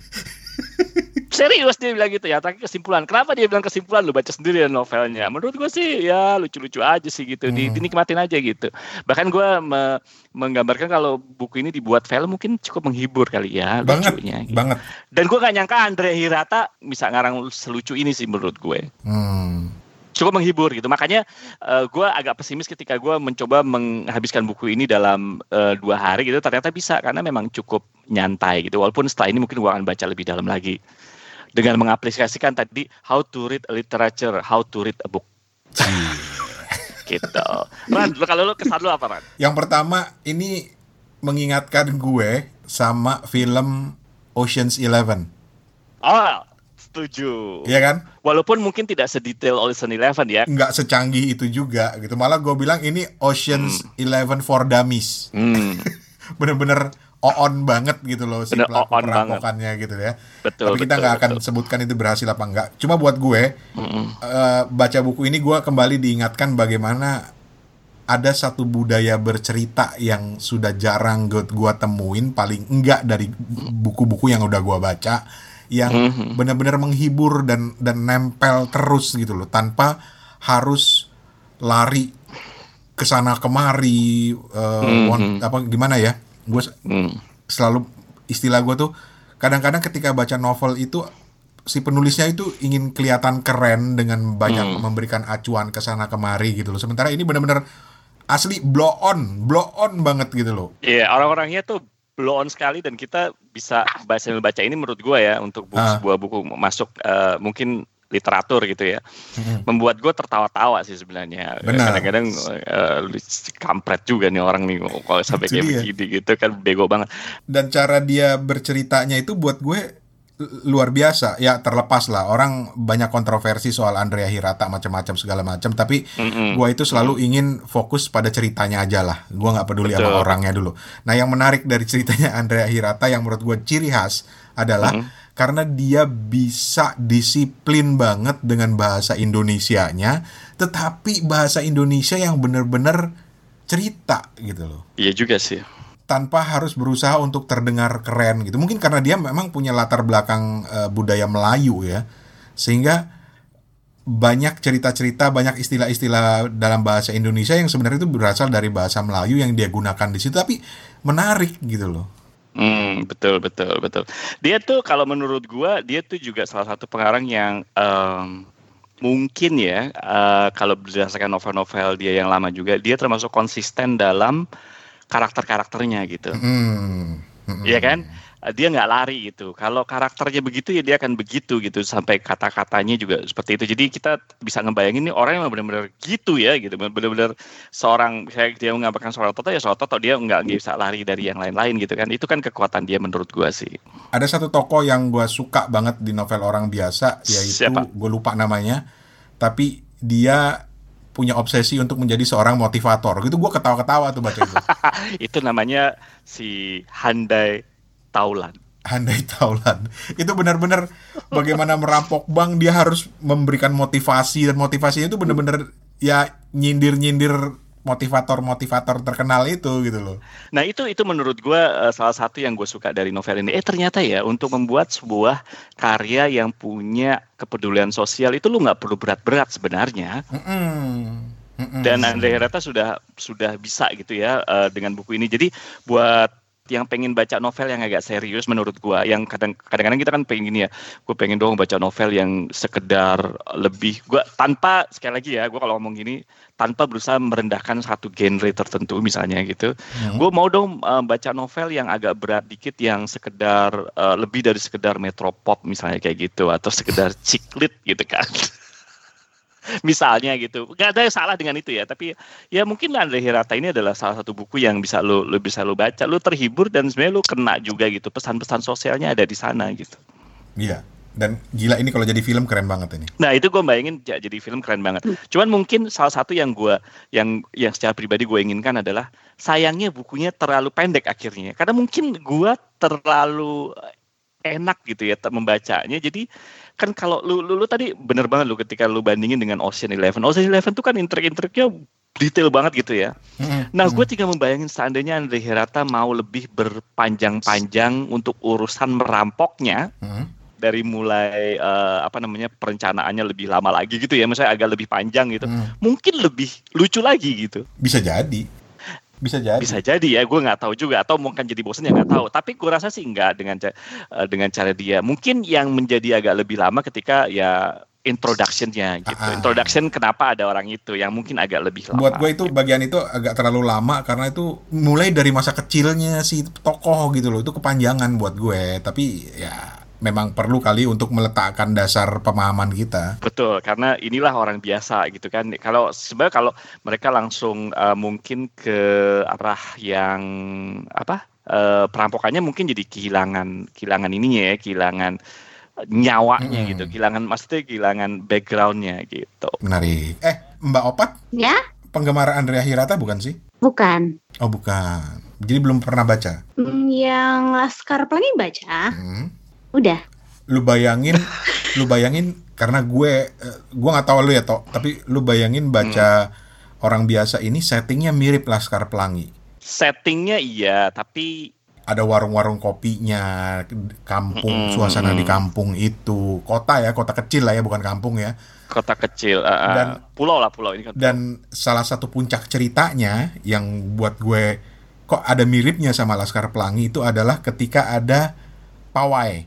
serius dia bilang gitu ya. Terakhir kesimpulan. Kenapa dia bilang kesimpulan? Lu baca sendiri ya novelnya. Menurut gue sih ya lucu-lucu aja sih gitu. Hmm. Dinikmatin aja gitu. Bahkan gue me- menggambarkan kalau buku ini dibuat film mungkin cukup menghibur kali ya. Banget, lucunya. Gitu. Banget. Dan gue gak nyangka Andrea Hirata bisa ngarang selucu ini sih menurut gue. Hmm. Cukup menghibur gitu. Makanya uh, gue agak pesimis ketika gue mencoba menghabiskan buku ini dalam uh, dua hari gitu. Ternyata bisa karena memang cukup nyantai gitu. Walaupun setelah ini mungkin gue akan baca lebih dalam lagi. Dengan mengaplikasikan tadi how to read a literature, how to read a book. Gitu. Ran, kalau lu kesan lu apa, Ran? Yang pertama ini mengingatkan gue sama film Ocean's Eleven. Oh, setuju. Iya kan? Walaupun mungkin tidak sedetail Ocean's Eleven ya. Nggak secanggih itu juga gitu. Malah gue bilang ini Ocean's hmm. Eleven for Dummies. Hmm. Bener-bener on banget gitu loh si pelaku perampokannya gitu ya. Betul, tapi kita nggak akan sebutkan itu berhasil apa enggak. Cuma buat gue uh, baca buku ini gue kembali diingatkan bagaimana ada satu budaya bercerita yang sudah jarang gue, gue temuin, paling enggak dari buku-buku yang udah gue baca, yang mm-hmm. benar-benar menghibur dan dan nempel terus gitu loh, tanpa harus lari kesana kemari uh, mm-hmm. one, apa gimana ya. Gue hmm. selalu istilah gue tuh kadang-kadang ketika baca novel itu si penulisnya itu ingin kelihatan keren dengan banyak hmm. memberikan acuan kesana kemari gitu loh. Sementara ini benar-benar asli blow on, blow on banget gitu loh. Iya, yeah, orang-orangnya tuh blow on sekali dan kita bisa baca baca ini menurut gue ya untuk buku, ah. sebuah buku masuk uh, mungkin literatur gitu ya, hmm. membuat gue tertawa-tawa sih sebenarnya. Benar. Kadang-kadang uh, kampret juga nih orang nih kalau sampai kayak begini gitu kan, bego banget. Dan cara dia berceritanya itu buat gue luar biasa. Ya terlepas lah orang banyak kontroversi soal Andrea Hirata macam-macam segala macam, tapi mm-hmm. gue itu selalu mm-hmm. ingin fokus pada ceritanya aja lah. Gue nggak peduli Betul. sama orangnya dulu. Nah yang menarik dari ceritanya Andrea Hirata yang menurut gue ciri khas adalah mm-hmm. karena dia bisa disiplin banget dengan bahasa Indonesianya, tetapi bahasa Indonesia yang benar-benar cerita gitu loh. Iya juga sih. Tanpa harus berusaha untuk terdengar keren gitu. Mungkin karena dia memang punya latar belakang uh, budaya Melayu ya, sehingga banyak cerita-cerita, banyak istilah-istilah dalam bahasa Indonesia yang sebenarnya itu berasal dari bahasa Melayu yang dia gunakan di situ, tapi menarik gitu loh. Hmm, betul betul betul. Dia tuh kalau menurut gua dia tuh juga salah satu pengarang yang um, mungkin ya uh, kalau berdasarkan novel-novel dia yang lama juga dia termasuk konsisten dalam karakter-karakternya gitu. Hmm. Iya kan? Dia nggak lari gitu. Kalau karakternya begitu ya dia akan begitu gitu sampai kata-katanya juga seperti itu. Jadi kita bisa ngebayangin nih orang yang benar-benar gitu ya gitu. Benar-benar seorang kayak dia menggambarkan seorang Toto ya seorang Toto dia nggak bisa lari dari yang lain-lain gitu kan. Itu kan kekuatan dia menurut gua sih. Ada satu tokoh yang gua suka banget di novel orang biasa yaitu gue lupa namanya. Tapi dia punya obsesi untuk menjadi seorang motivator. Gitu gue ketawa-ketawa tuh baca itu. Itu namanya si Handai Taulan. Handai Taulan. Itu benar-benar bagaimana merampok bank, dia harus memberikan motivasi, dan motivasinya itu benar-benar ya nyindir-nyindir motivator-motivator terkenal itu gitu loh. Nah itu itu menurut gue uh, salah satu yang gue suka dari novel ini. Eh ternyata ya untuk membuat sebuah karya yang punya kepedulian sosial itu lu nggak perlu berat-berat sebenarnya. Mm-mm. Mm-mm. Dan Andre Hirata sudah sudah bisa gitu ya uh, dengan buku ini. Jadi buat yang pengen baca novel yang agak serius menurut gua, yang kadang kadang-kadang kita kan pengen gini ya, gue pengen dong baca novel yang sekedar lebih, gua tanpa sekali lagi ya, gua kalau ngomong gini tanpa berusaha merendahkan satu genre tertentu misalnya gitu, hmm. gue mau dong uh, baca novel yang agak berat dikit, yang sekedar uh, lebih dari sekedar metropop misalnya kayak gitu, atau sekedar ciklit gitu kan. Misalnya gitu, nggak ada yang salah dengan itu ya, tapi ya mungkin Andre Hirata ini adalah salah satu buku yang bisa lo, lo bisa lo baca, lo terhibur dan sebenarnya lo kena juga gitu, pesan-pesan sosialnya ada di sana gitu. Iya, dan gila ini kalau jadi film keren banget ini. Nah itu gue bayangin jadi film keren banget. Cuman mungkin salah satu yang gue, yang yang secara pribadi gue inginkan adalah sayangnya bukunya terlalu pendek akhirnya, karena mungkin gue terlalu enak gitu ya membacanya. Jadi kan kalau lu, lu, lu tadi bener banget lu ketika lu bandingin dengan Ocean Eleven. Ocean Eleven tuh kan intrik-intriknya detail banget gitu ya. Mm-hmm. Nah gue tinggal membayangin seandainya Andre Hirata mau lebih berpanjang-panjang untuk urusan merampoknya, mm-hmm. dari mulai uh, apa namanya perencanaannya lebih lama lagi gitu ya, misalnya agak lebih panjang gitu, mm. mungkin lebih lucu lagi gitu. Bisa jadi. Bisa jadi. Bisa jadi ya, gue nggak tahu juga, atau mungkin jadi bosan ya nggak tahu. Tapi gue rasa sih nggak dengan uh, dengan cara dia. Mungkin yang menjadi agak lebih lama ketika ya introduction-nya gitu. Ah. Introduction kenapa ada orang itu yang mungkin agak lebih lama. Buat gue itu bagian itu agak terlalu lama karena itu mulai dari masa kecilnya si tokoh gitu loh, itu kepanjangan buat gue. Tapi ya memang perlu kali untuk meletakkan dasar pemahaman kita. Betul, karena inilah orang biasa gitu kan. Kalau sebenarnya kalau mereka langsung uh, mungkin ke arah yang apa uh, perampokannya mungkin jadi kehilangan kehilangan ininya ya, kehilangan nyawanya hmm. gitu, kehilangan maksudnya kehilangan backgroundnya gitu. Menarik. Eh Mbak Opat? Ya? Penggemar Andre Hirata bukan sih? Bukan. Oh bukan. Jadi belum pernah baca? Hmm, yang Laskar Pelangi baca. Hmm. Udah. Lu bayangin, lu bayangin karena gue, gue nggak tahu lu ya Tok, tapi lu bayangin baca hmm. orang biasa ini settingnya mirip Laskar Pelangi. Settingnya iya, tapi ada warung-warung kopinya, kampung, hmm. suasana di kampung itu, kota ya, kota kecil lah ya, bukan kampung ya. Kota kecil, uh, dan pulau lah pulau ini kan. Dan salah satu puncak ceritanya yang buat gue kok ada miripnya sama Laskar Pelangi itu adalah ketika ada pawai.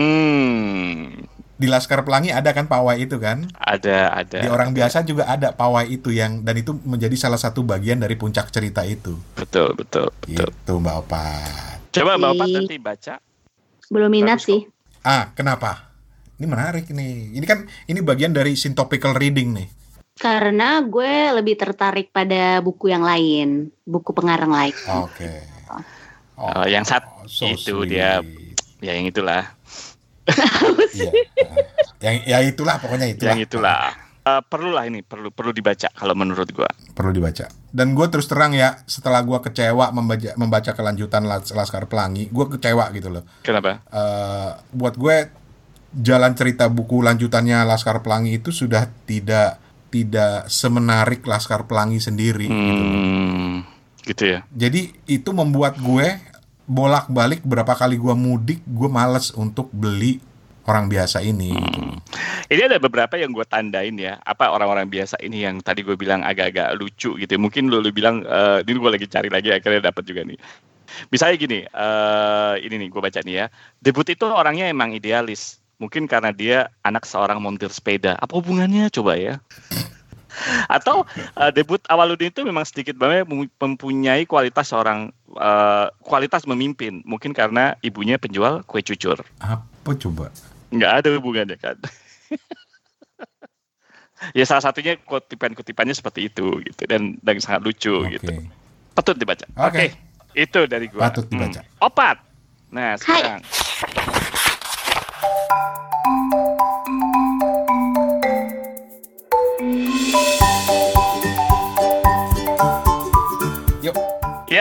Hmm. Di Laskar Pelangi ada kan pawai itu kan? Ada, ada. Di orang biasa juga ada pawai itu yang, dan itu menjadi salah satu bagian dari puncak cerita itu. Betul, betul, betul. Itu Mbak Opat. Coba Mbak Opat nanti baca. Belum minat sih. Ah, kenapa? Ini menarik nih. Ini kan ini bagian dari syntopical reading nih. Karena gue lebih tertarik pada buku yang lain, buku pengarang lain. Oke. Okay. Oh, oh, yang satu so itu sweet. Dia, ya yang itulah. Iya. Yang ya itulah pokoknya itulah. Yang itulah. Uh, perlulah ini perlu perlu dibaca kalau menurut gua. Perlu dibaca. Dan gua terus terang ya, setelah gua kecewa membaca membaca kelanjutan Laskar Pelangi, gua kecewa gitu loh. Kenapa? Uh, buat gue jalan cerita buku lanjutannya Laskar Pelangi itu sudah tidak tidak semenarik Laskar Pelangi sendiri hmm, gitu loh. Gitu ya. Jadi itu membuat gue bolak-balik berapa kali gue mudik, gue males untuk beli orang biasa ini. Hmm. Gitu. Ini ada beberapa yang gue tandain ya, apa orang-orang biasa ini yang tadi gue bilang agak-agak lucu gitu. Mungkin lo, lo bilang, uh, ini gue lagi cari lagi akhirnya dapat juga nih. Misalnya gini, uh, ini nih gue baca nih ya. Debut itu orangnya emang idealis. Mungkin karena dia anak seorang montir sepeda. Apa hubungannya coba ya? Atau uh, debut Awaludin itu memang sedikit banget mempunyai kualitas seorang uh, kualitas memimpin, mungkin karena ibunya penjual kue cucur. Apa coba? Nggak ada hubungannya kan? Ya salah satunya kutipan-kutipannya seperti itu gitu, dan dan sangat lucu okay. gitu. Patut dibaca. Oke, okay. okay. Itu dari gua. Patut dibaca. Hmm. Opat. Nah sekarang. Hai.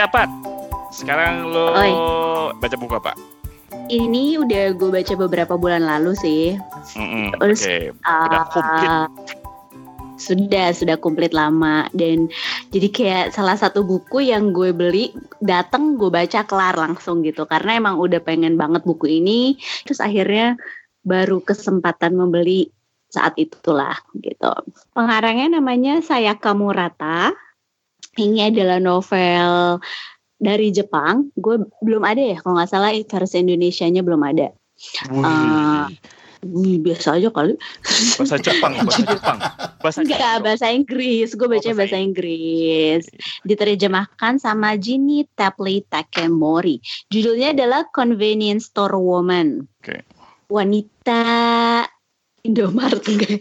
Pat. Sekarang lo Oi. baca buku apa? Ini udah gue baca beberapa bulan lalu sih. Mm-mm, Terus, Oke, udah komplit. Uh, sudah sudah komplit lama, dan jadi kayak salah satu buku yang gue beli, datang gue baca kelar langsung gitu, karena emang udah pengen banget buku ini. Terus akhirnya baru kesempatan membeli saat itulah gitu. Pengarangnya namanya Sayaka Murata. Ini adalah novel dari Jepang. Gue belum ada ya, kalau nggak salah versi Indonesianya belum ada. Wih, Uh, Wih, biasa aja kali. bahasa Jepang, bahasa Jepang, bahasa Enggak, Jepang. bahasa Inggris. Gue baca bahasa bahasa Inggris. Diterjemahkan sama Ginny Tapley Takemori. Judulnya adalah Convenience Store Woman. Oke. Wanita Indomaret enggak?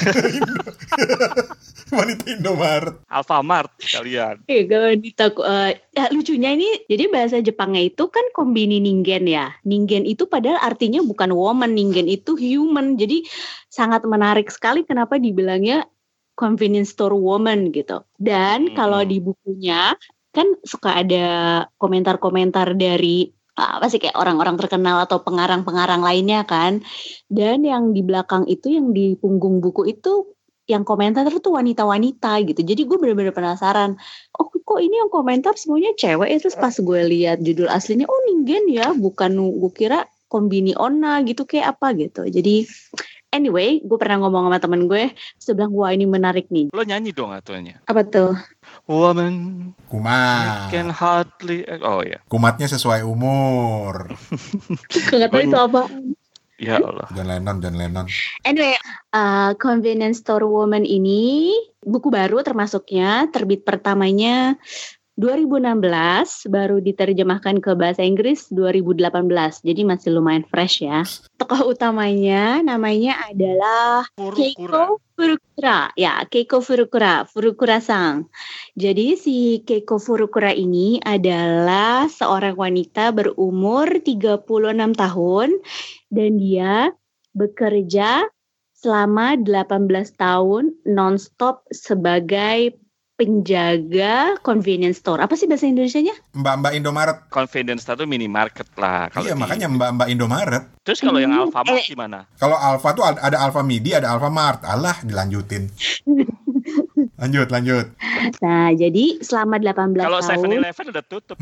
Wanita Indomaret. Alfamart kalian. Iya, wanita. Uh, ya, lucunya ini, jadi bahasa Jepangnya itu kan kombini ningen ya. Ningen itu padahal artinya bukan woman, ningen itu human. Jadi sangat menarik sekali kenapa dibilangnya convenience store woman gitu. Dan Hmm. kalau di bukunya kan suka ada komentar-komentar dari apa sih kayak orang-orang terkenal atau pengarang-pengarang lainnya kan. Dan yang di belakang itu, yang di punggung buku itu, yang komentar tuh wanita-wanita gitu. Jadi gue benar-benar penasaran. Oh, kok ini yang komentar semuanya cewek ya? Terus pas gue lihat judul aslinya, oh ningen ya, bukan, gue kira kombini onna gitu kayak apa gitu. Jadi anyway, gue pernah ngomong sama temen gue, sebelah wah ini menarik nih. Lo nyanyi dong atuannya. Apa tuh? Woman, I Kumat. can hardly. Oh ya, Kumatnya sesuai umur. Gak tahu itu apa. ya Allah. John Lennon, John Lennon. Anyway, uh, Convenience Store Woman ini buku baru termasuknya, terbit pertamanya dua ribu enam belas, baru diterjemahkan ke bahasa Inggris dua ribu delapan belas. Jadi masih lumayan fresh ya. Tokoh utamanya namanya adalah Furukura. Keiko Furukura. Ya, Keiko Furukura, Furukura-sang. Jadi si Keiko Furukura ini adalah seorang wanita berumur tiga puluh enam tahun dan dia bekerja selama delapan belas tahun nonstop sebagai penjaga convenience store. Apa sih bahasa Indonesianya? Mbak-mbak Indomaret. Convenience store tuh minimarket lah. Kalau Iya, di- makanya Mbak-mbak Indomaret. Terus kalau yang Hmm, Alfamart eh. gimana? Kalau Alfa tuh ada ada Alfa Midi, ada Alfa Mart. Alah, dilanjutin. Lanjut, lanjut. Nah, jadi selama delapan belas Kalau tahun. Seven Eleven udah tutup.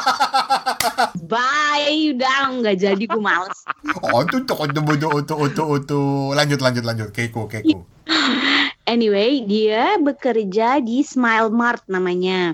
Bye, udah nggak jadi, gue males. Oh, tuh tuh tuh tuh tuh tuh tuh. Lanjut, lanjut, lanjut. Keiko, Keiko. Anyway, dia bekerja di Smile Mart namanya.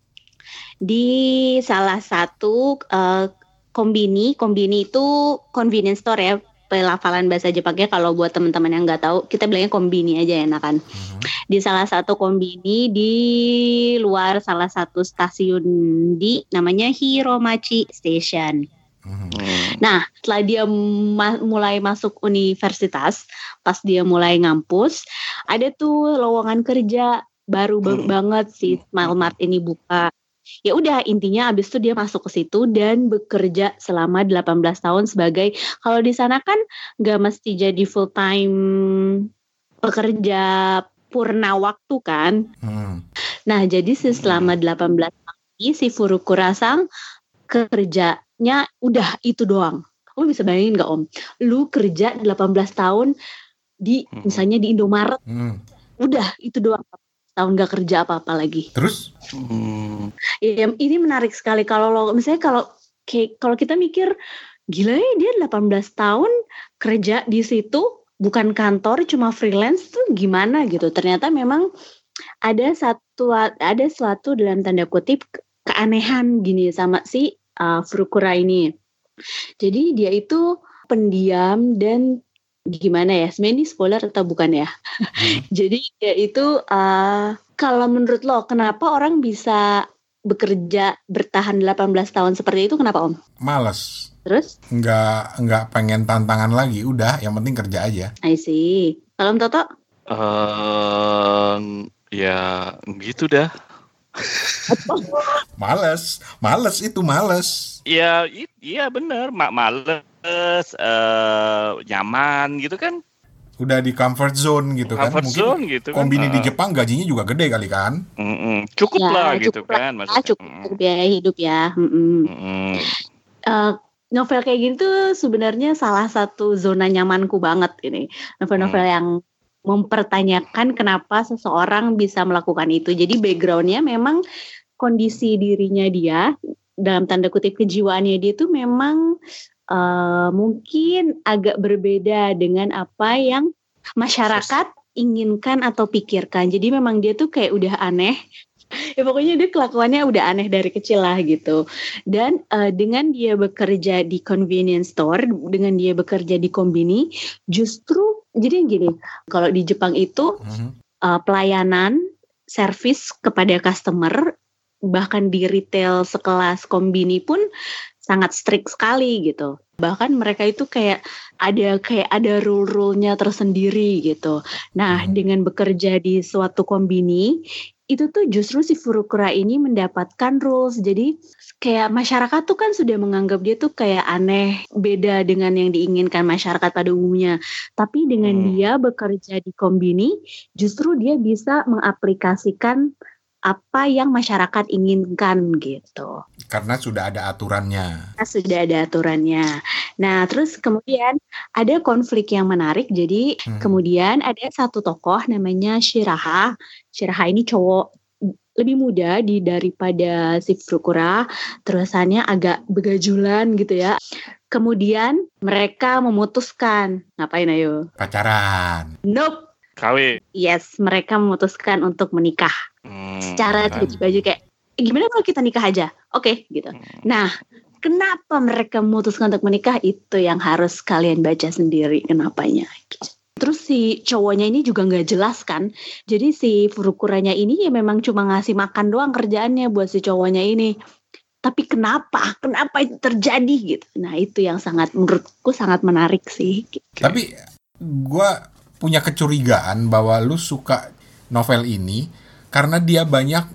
Di salah satu uh, kombini, kombini itu convenience store ya. Pelafalan bahasa Jepangnya kalau buat teman-teman yang nggak tahu, kita bilangnya kombini aja enakan. Mhm. Di salah satu kombini di luar salah satu stasiun di namanya Hiromachi Station. Mhm. Hmm. Nah, setelah dia ma- mulai masuk universitas, pas dia mulai ngampus, ada tuh lowongan kerja baru baru Hmm. banget si Smile Mart ini buka. Ya udah, intinya abis itu dia masuk ke situ dan bekerja selama delapan belas tahun sebagai, kalau di sana kan nggak mesti jadi full time pekerja purna waktu kan. Hmm. Nah, jadi si selama delapan belas tahun ini si Furukura-sang kerjanya udah itu doang. Kamu bisa bayangin gak, Om? Lu kerja delapan belas tahun di Hmm. misalnya di Indomaret, Hmm. udah itu doang. Tahun gak kerja apa-apa lagi. Terus? Hmm. Ya, ini menarik sekali kalau lo misalnya kalau kayak kalau kita mikir gila ya dia delapan belas tahun kerja di situ, bukan kantor, cuma freelance tuh gimana gitu. Ternyata memang ada satu ada suatu dalam tanda kutip ke- keanehan gini sama si uh, Furukura ini. Jadi dia itu pendiam dan gimana ya? Sebenarnya ini spoiler atau bukan ya? Jadi dia itu uh, kalau menurut lo kenapa orang bisa bekerja bertahan delapan belas tahun seperti itu, kenapa Om? Males. Terus? Nggak, nggak pengen tantangan lagi. Udah, yang penting kerja aja. I see. Kalau Om Toto? Eh, ya gitu dah. Males. Males itu, males. Ya i- iya bener, mak males, eh, nyaman gitu kan. udah di comfort zone gitu kan. Comfort Mungkin zone gitu kan. kombini di Ah. Jepang gajinya juga gede kali kan. Mm-mm. Cukup Ya, lah gitu cukup lah, kan ya, maksudnya. cukup untuk biaya hidup ya. Mm-mm. Mm-mm. Eh, novel kayak gini tuh sebenarnya salah satu zona nyamanku banget ini. Novel-novel Hmm. yang mempertanyakan kenapa seseorang bisa melakukan itu. Jadi backgroundnya memang kondisi dirinya dia, dalam tanda kutip kejiwaannya dia tuh memang eh, mungkin agak berbeda dengan apa yang masyarakat inginkan atau pikirkan. Jadi memang dia tuh kayak udah aneh. Ya pokoknya dia kelakuannya udah aneh dari kecil lah gitu. Dan uh, dengan dia bekerja di convenience store, dengan dia bekerja di kombini, justru jadi gini, kalau di Jepang itu Mhm. uh, pelayanan, service kepada customer, bahkan di retail sekelas kombini pun sangat strict sekali gitu. Bahkan mereka itu kayak ada kayak ada rule-rule-nya tersendiri gitu. Nah, Hmm. dengan bekerja di suatu kombini, itu tuh justru si Furukura ini mendapatkan rules. Jadi kayak masyarakat tuh kan sudah menganggap dia tuh kayak aneh, beda dengan yang diinginkan masyarakat pada umumnya. Tapi dengan Hmm. dia bekerja di kombini, justru dia bisa mengaplikasikan apa yang masyarakat inginkan gitu. Karena sudah ada aturannya. Nah, sudah ada aturannya. Nah, terus kemudian ada konflik yang menarik. Jadi Hmm. kemudian ada satu tokoh namanya Shiraha. Shiraha ini cowok lebih muda di daripada si Furukura. Terusannya agak begajulan gitu ya. Kemudian mereka memutuskan, ngapain ayo? Pacaran. Nope. K W. Yes, mereka memutuskan untuk menikah. Hmm. Secara tiba-tiba aja kayak, "Eh, gimana kalau kita nikah aja? Oke, gitu. Nah, kenapa mereka memutuskan untuk menikah? Itu yang harus kalian baca sendiri kenapanya. Gitu. Terus si cowoknya ini juga nggak jelas kan. Jadi si Furukuranya ini ya memang cuma ngasih makan doang kerjaannya buat si cowoknya ini. Tapi kenapa? Kenapa itu terjadi gitu? Nah, itu yang sangat menurutku sangat menarik sih. Tapi gue punya kecurigaan bahwa lu suka novel ini karena dia banyak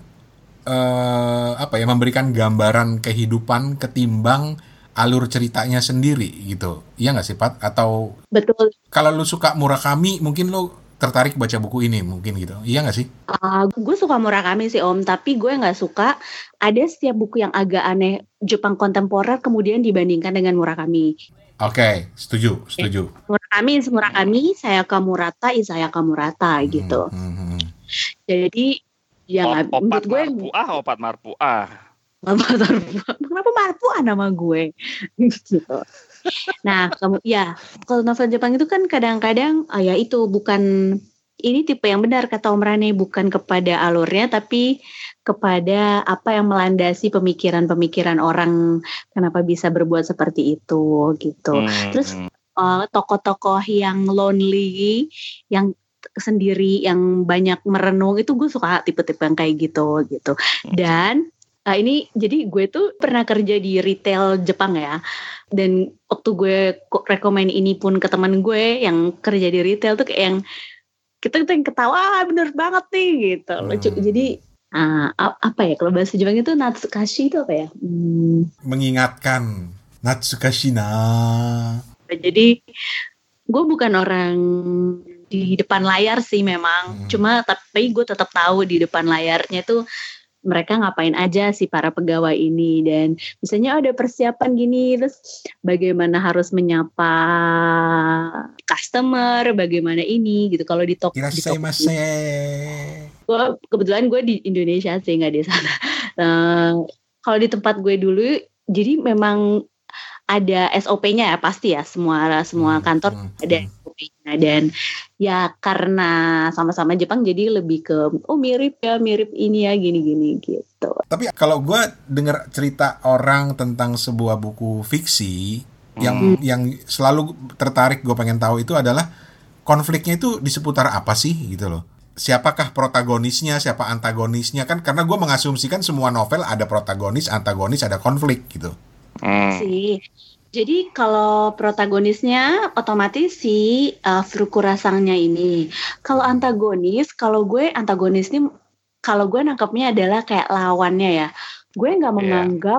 eh, apa ya memberikan gambaran kehidupan ketimbang alur ceritanya sendiri gitu. Iya nggak sih Pat? Atau Betul. kalau lu suka Murakami mungkin lu tertarik baca buku ini mungkin gitu. Iya nggak sih? Uh, gue suka Murakami sih Om, tapi gue nggak suka ada setiap buku yang agak aneh Jepang kontemporer kemudian dibandingkan dengan Murakami. Oke, okay, setuju, setuju. Murakami, Murakami, Sayaka Murata, Isayaka Murata gitu. Hmm, hmm, hmm. Jadi ya Op- menurut opat gue marpuah, opat marpuah. kenapa marpuah nama gue gitu. Nah, kamu ya kalau novel Jepang itu kan kadang-kadang ah, ya itu bukan ini tipe yang benar kata Om Rane, bukan kepada alurnya tapi kepada apa yang melandasi pemikiran-pemikiran orang kenapa bisa berbuat seperti itu gitu. Hmm. Terus uh, tokoh-tokoh yang lonely, yang sendiri, yang banyak merenung itu gue suka tipe-tipe yang kayak gitu gitu. Dan uh, ini jadi gue tuh pernah kerja di retail Jepang ya. Dan waktu gue rekomen ini pun ke teman gue yang kerja di retail tuh kayak yang kita tuh yang ketawa, ah, bener banget nih gitu. Lucu. Hmm. Jadi uh, apa ya kalau bahasa Jepang itu natsukashi itu apa ya? Hmm. Mengingatkan natsukashi na. Jadi gue bukan orang di depan layar sih memang, Hmm. cuma tapi gue tetap tahu di depan layarnya tuh mereka ngapain aja sih para pegawai ini dan misalnya ada persiapan gini terus bagaimana harus menyapa customer, bagaimana ini gitu kalau di toko. Irashaimase. Gue kebetulan gue di Indonesia sih nggak di sana. Uh, kalau di tempat gue dulu, jadi memang ada S O P-nya ya pasti ya semua semua kantor hmm, ada hmm. S O P-nya dan ya karena sama-sama Jepang jadi lebih ke oh mirip ya mirip ini ya gini-gini gitu. Tapi kalau gue dengar cerita orang tentang sebuah buku fiksi yang Hmm. yang selalu tertarik gue pengen tahu itu adalah konfliknya itu di seputar apa sih gitu loh. Siapakah protagonisnya, siapa antagonisnya kan karena gue mengasumsikan semua novel ada protagonis, antagonis, ada konflik gitu. Hmm. Sih. Jadi kalau protagonisnya otomatis si uh, Furukura Sangnya ini. Kalau antagonis, kalau gue antagonis ini kalau gue nangkepnya adalah kayak lawannya ya. Gue nggak Iya. menganggap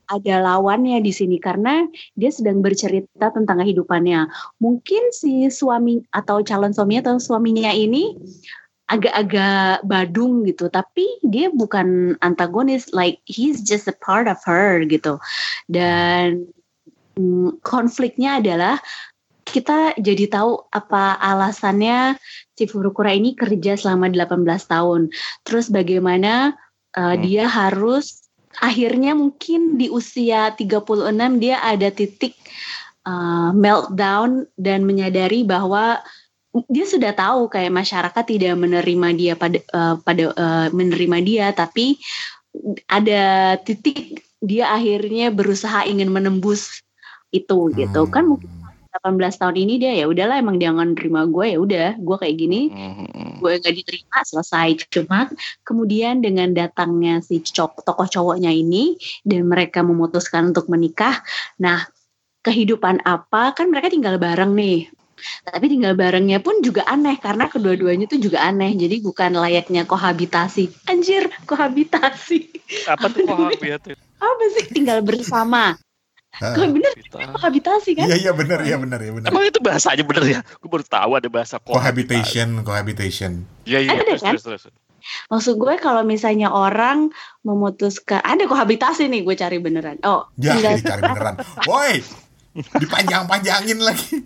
ada lawannya di sini karena dia sedang bercerita tentang kehidupannya. Mungkin si suami atau calon suaminya atau suaminya ini agak-agak badung gitu, tapi dia bukan antagonis, like he's just a part of her gitu. Dan mm, konfliknya adalah kita jadi tahu apa alasannya si Furukura ini kerja selama delapan belas tahun. Terus bagaimana uh, hmm. dia harus akhirnya mungkin di usia tiga puluh enam dia ada titik uh, meltdown dan menyadari bahwa dia sudah tahu kayak masyarakat tidak menerima dia pada uh, pada uh, menerima dia, tapi ada titik dia akhirnya berusaha ingin menembus itu gitu hmm. kan. Mungkin delapan belas tahun ini dia ya udahlah, emang dia nggak nerima gue, ya udah gue kayak gini, hmm. gue nggak diterima, selesai. Cuma kemudian dengan datangnya si cowok, tokoh cowoknya ini dan mereka memutuskan untuk menikah, nah kehidupan apa, kan mereka tinggal bareng nih. Tapi tinggal barengnya pun juga aneh karena kedua-duanya tuh juga aneh. Jadi bukan layaknya kohabitasi. Anjir, kohabitasi. Apa tuh kohabitasi? Apa sih tinggal bersama? Kok bener kohabitasi kan? Iya iya bener ya bener ya bener. Emang itu bahasanya bener ya? Gue baru tahu ada bahasa cohabitation, cohabitation. Iya iya. Ada kan? Terus, terus. Maksud gue kalau misalnya orang memutuskan ada kohabitasi nih, gue cari beneran. Oh, ya dicari beneran. Woi, dipanjang-panjangin lagi.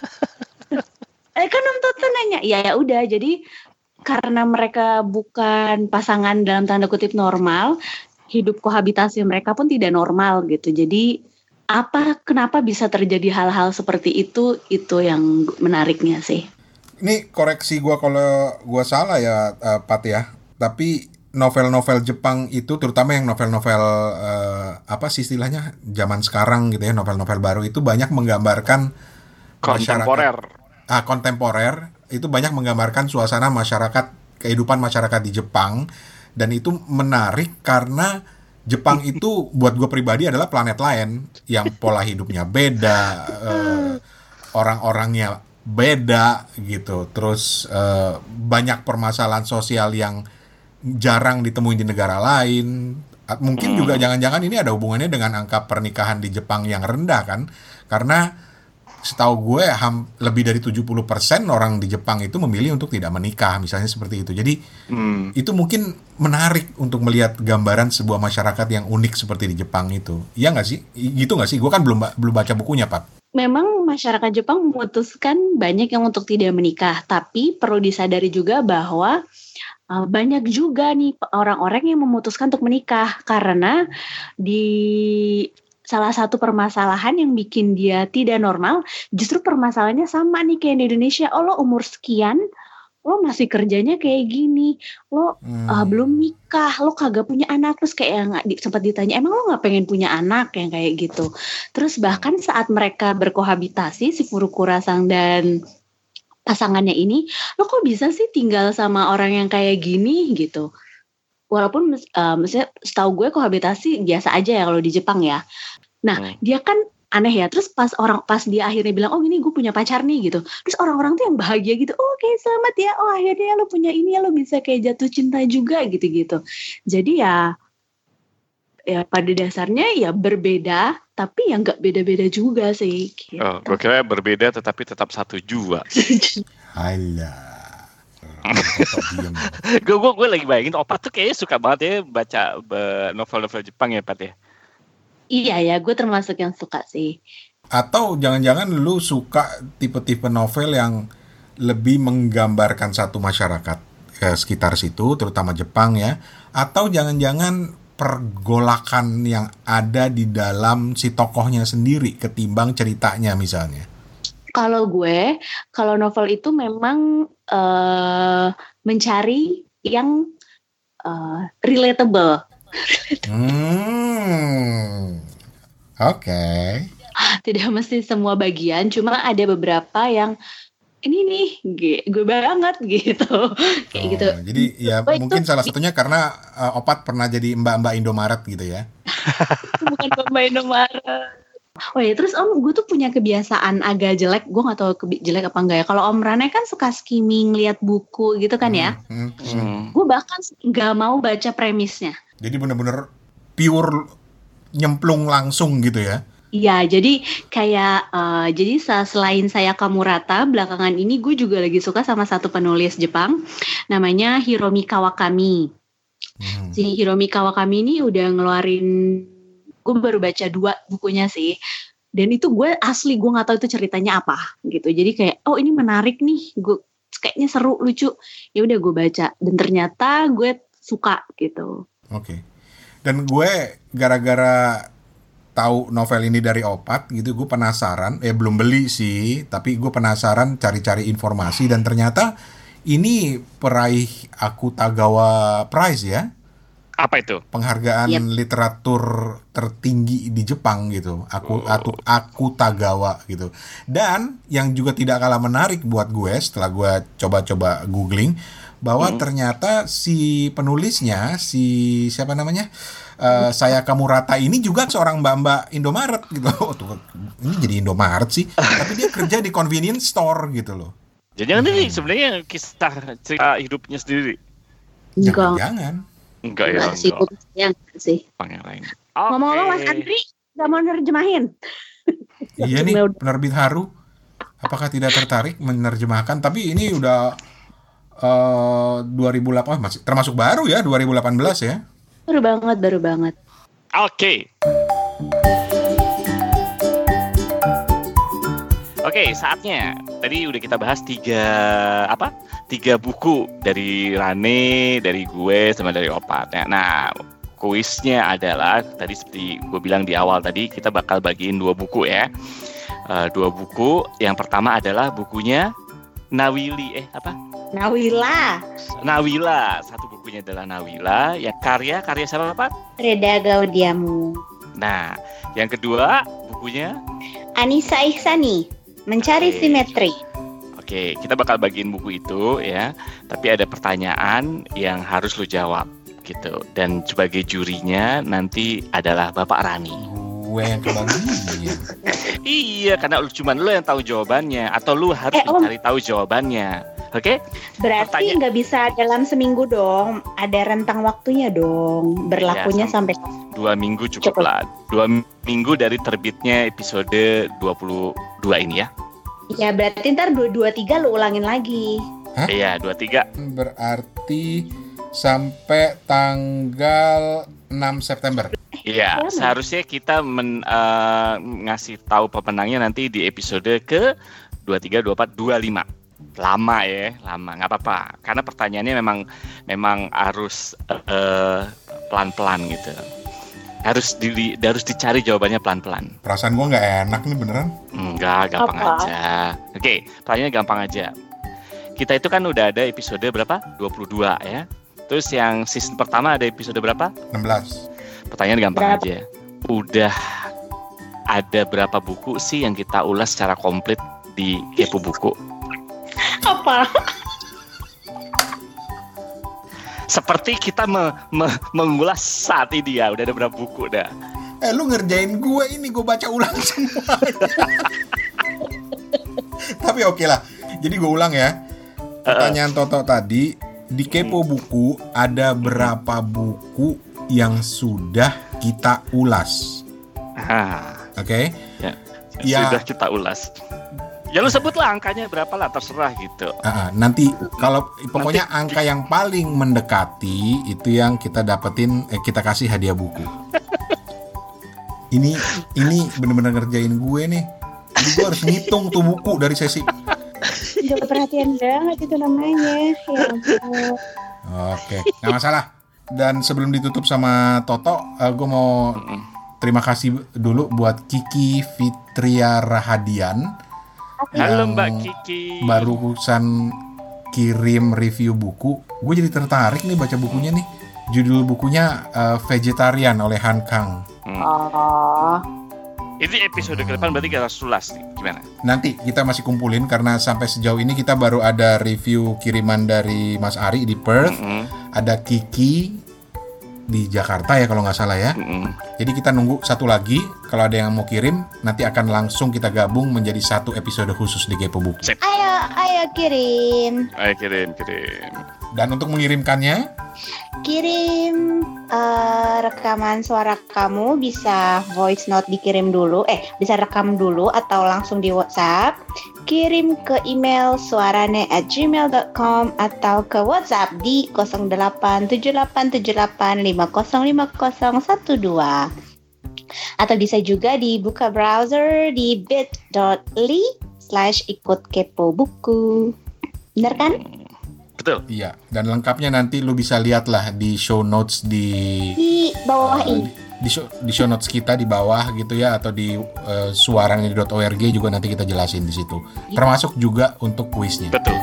Eh kan Om Toto nanya, ya ya udah, jadi karena mereka bukan pasangan dalam tanda kutip normal, hidup kohabitasi mereka pun tidak normal gitu. Jadi apa kenapa bisa terjadi hal-hal seperti itu, itu yang menariknya sih. Ini koreksi gue kalau gue salah ya uh, Pat ya. Tapi novel-novel Jepang itu, terutama yang novel-novel uh, apa sih istilahnya zaman sekarang gitu ya, novel-novel baru itu banyak menggambarkan kontemporer. Ah, kontemporer itu banyak menggambarkan suasana masyarakat, kehidupan masyarakat di Jepang, dan itu menarik karena Jepang itu buat gue pribadi adalah planet lain yang pola hidupnya beda, eh, orang-orangnya beda gitu, terus eh, banyak permasalahan sosial yang jarang ditemuin di negara lain. Mungkin juga jangan-jangan ini ada hubungannya dengan angka pernikahan di Jepang yang rendah kan, karena setahu gue ham, lebih dari tujuh puluh persen orang di Jepang itu memilih untuk tidak menikah, misalnya seperti itu. Jadi hmm. itu mungkin menarik untuk melihat gambaran sebuah masyarakat yang unik seperti di Jepang itu. Iya nggak sih? Gitu nggak sih? Gue kan belum belum baca bukunya, Pak. Memang masyarakat Jepang memutuskan banyak yang untuk tidak menikah, tapi perlu disadari juga bahwa uh, banyak juga nih orang-orang yang memutuskan untuk menikah karena di salah satu permasalahan yang bikin dia tidak normal, justru permasalahannya sama nih kayak di Indonesia. Oh, lo umur sekian, lo masih kerjanya kayak gini, lo hmm. uh, belum nikah, lo kagak punya anak. Terus kayak yang di, sempat ditanya, emang lo gak pengen punya anak, yang kayak gitu. Terus bahkan saat mereka berkohabitasi, si Furukura-san dan pasangannya ini, lo kok bisa sih tinggal sama orang yang kayak gini gitu. Walaupun uh, maksudnya setahu gue kohabitasi biasa aja ya kalau di Jepang ya. Nah hmm. dia kan aneh ya. Terus pas orang pas dia akhirnya bilang, oh ini gue punya pacar nih gitu. Terus orang-orang tuh yang bahagia gitu. Oh oke okay, selamat ya. Oh akhirnya lo punya ini ya, lo bisa kayak jatuh cinta juga gitu-gitu. Jadi ya ya pada dasarnya ya berbeda, tapi ya nggak beda-beda juga sih. Gitu. Oh, gue kira berbeda tetapi tetap satu jua. Halah. gue gue gue lagi bayangin Opat tuh kayaknya suka banget ya baca novel-novel Jepang ya Pat ya. Iya ya, gue termasuk yang suka sih. Atau jangan-jangan lu suka tipe-tipe novel yang lebih menggambarkan satu masyarakat ke sekitar situ, terutama Jepang ya. Atau jangan-jangan pergolakan yang ada di dalam si tokohnya sendiri ketimbang ceritanya misalnya. Kalau gue, kalau novel itu memang uh, mencari yang uh, relatable. Hmm, oke. Okay. Tidak mesti semua bagian, cuma ada beberapa yang ini nih, gue, gue banget gitu, kayak oh, gitu. Jadi ya oh, mungkin itu, salah satunya karena uh, Opat pernah jadi mbak-mbak Indomaret gitu ya. Bukan mbak Indomaret. Oh ya, terus Om, gue tuh punya kebiasaan agak jelek, gue nggak tahu kebi- jelek apa enggak ya. Kalau Om Rane kan suka skimming, lihat buku gitu kan ya. Hmm, hmm, hmm. Gue bahkan nggak mau baca premisnya. Jadi bener-bener pure nyemplung langsung gitu ya. Iya, jadi kayak uh, jadi selain saya Kamurata, belakangan ini gue juga lagi suka sama satu penulis Jepang, namanya Hiromi Kawakami. Hmm. Si Hiromi Kawakami ini udah ngeluarin, gue baru baca dua bukunya sih, dan itu gue asli gue nggak tahu itu ceritanya apa gitu. Jadi kayak oh ini menarik nih, gue kayaknya seru lucu, ya udah gue baca dan ternyata gue suka gitu. Oke, okay. Dan gue gara-gara tahu novel ini dari Opat gitu, gue penasaran, eh belum beli sih, tapi gue penasaran cari-cari informasi dan ternyata ini peraih Akutagawa Prize ya. Apa itu? Penghargaan yep. literatur tertinggi di Jepang gitu, Aku oh. Atu, Akutagawa gitu. Dan yang juga tidak kalah menarik buat gue setelah gue coba-coba googling bahwa hmm. ternyata si penulisnya, si siapa namanya? Uh, saya Kamurata ini juga seorang mbak-mbak Indomaret gitu. Oh, tuh, ini jadi Indomaret sih, tapi dia kerja di convenience store gitu loh. Jadi hmm. ini sebenarnya kisah cerita hidupnya sendiri. Enggak. Jangan. Enggak ya. Enggak sih, yang sih. Yang lain. Okay. Ngomong-ngomong Mas Andri nggak mau nerjemahin? Iya nih, penerbit Haru. Apakah tidak tertarik menerjemahkan? Tapi ini udah uh, dua ribu delapan masih termasuk baru ya, dua ribu delapan belas ya. Baru banget, baru banget. Oke. Okay. Oke, okay, saatnya. Tadi udah kita bahas tiga apa? Tiga buku dari Rane, dari gue, sama dari Opat. Nah, kuisnya adalah tadi seperti gue bilang di awal tadi, kita bakal bagiin dua buku ya. Uh, dua buku. Yang pertama adalah bukunya Nawili. Eh apa? Nawila. Nawila, satu bukunya adalah Nawila, yang karya karya siapa Pak? Reda Gaudiamu. Nah, yang kedua bukunya Anissa Ihsani, Mencari okay. Simetri. Oke, kita bakal bagiin buku itu ya. Tapi ada pertanyaan yang harus lu jawab gitu. Dan sebagai jurinya nanti adalah Bapak Rani. Gue yang kebagian. Iya, karena lu cuman lu yang tahu jawabannya, atau lu harus eh, mencari tahu jawabannya. Oke? Okay? Berarti nggak bisa dalam seminggu dong. Ada rentang waktunya dong. Berlakunya ya, sampai dua minggu cukup, cukup lah. Dua minggu dari terbitnya episode dua puluh dua ini ya. Ya berarti ntar dua dua tiga lu ulangin lagi. Hah? Iya, dua tiga. Berarti sampai tanggal enam September. Iya, seharusnya kita men, uh, ngasih tahu pemenangnya nanti di episode ke dua tiga, dua empat, dua lima. Lama ya, lama, nggak apa-apa. Karena pertanyaannya memang memang harus uh, pelan-pelan gitu. Harus di harus dicari jawabannya pelan-pelan. Perasaan gue nggak enak nih beneran. Enggak, gampang apa? aja. Oke, pertanyaannya gampang aja. Kita itu kan udah ada episode berapa? dua puluh dua ya. Terus yang season pertama ada episode berapa? enam belas. Pertanyaan gampang berapa? aja. Udah ada berapa buku sih yang kita ulas secara komplit di Kepo Buku? Apa? Seperti kita me, me, mengulas saat ini ya. Udah ada berapa buku dah? Eh lu ngerjain gue ini, gue baca ulang semua. Tapi oke okay lah. Jadi gue ulang ya. Pertanyaan uh, Toto tadi, di Kepo Buku ada berapa buku yang sudah kita ulas? Ah. Oke. Okay? Ya, ya. Sudah kita ulas. Ya lu sebutlah angkanya berapa lah, terserah gitu. Uh, nanti kalau pokoknya nanti. Angka yang paling mendekati itu yang kita dapetin, eh, kita kasih hadiah buku. ini ini bener-bener ngerjain gue nih. Jadi gue harus ngitung tuh buku dari sesi. Gak perhatian banget itu namanya. Ya ampun. Oke, nggak masalah. Dan sebelum ditutup sama Toto, uh, gue mau terima kasih dulu buat Kiki Fitria Rahadian. Halo Mbak Kiki. Barusan kirim review buku. Gue jadi tertarik nih baca bukunya nih. Judul bukunya uh, Vegetarian oleh Han Kang. Hmm. Oh. Ini episode ke depan berarti kita sulas nih. Gimana? Nanti kita masih kumpulin karena sampai sejauh ini kita baru ada review kiriman dari Mas Ari di Perth. Mm-hmm. Ada Kiki di Jakarta ya kalau nggak salah ya. Mm-hmm. Jadi kita nunggu satu lagi, kalau ada yang mau kirim, nanti akan langsung kita gabung menjadi satu episode khusus di Kepo Buku. Ayo, ayo kirim. Ayo kirim, kirim. Dan untuk mengirimkannya, Kirim uh, rekaman suara kamu, bisa voice note dikirim dulu, eh bisa rekam dulu atau langsung di WhatsApp. Kirim ke email suarane at gmail dot com atau ke WhatsApp di nol delapan tujuh delapan tujuh delapan lima nol lima nol satu dua. Atau bisa juga dibuka browser di bit.ly slash ikut kepo buku. Bener kan? Betul. iya. Dan lengkapnya nanti lu bisa lihat lah di show notes di Di bawah uh, ini. di show, di show notes kita di bawah gitu ya, atau di uh, suarane dot org juga nanti kita jelasin di situ. Termasuk juga untuk kuisnya. Betul.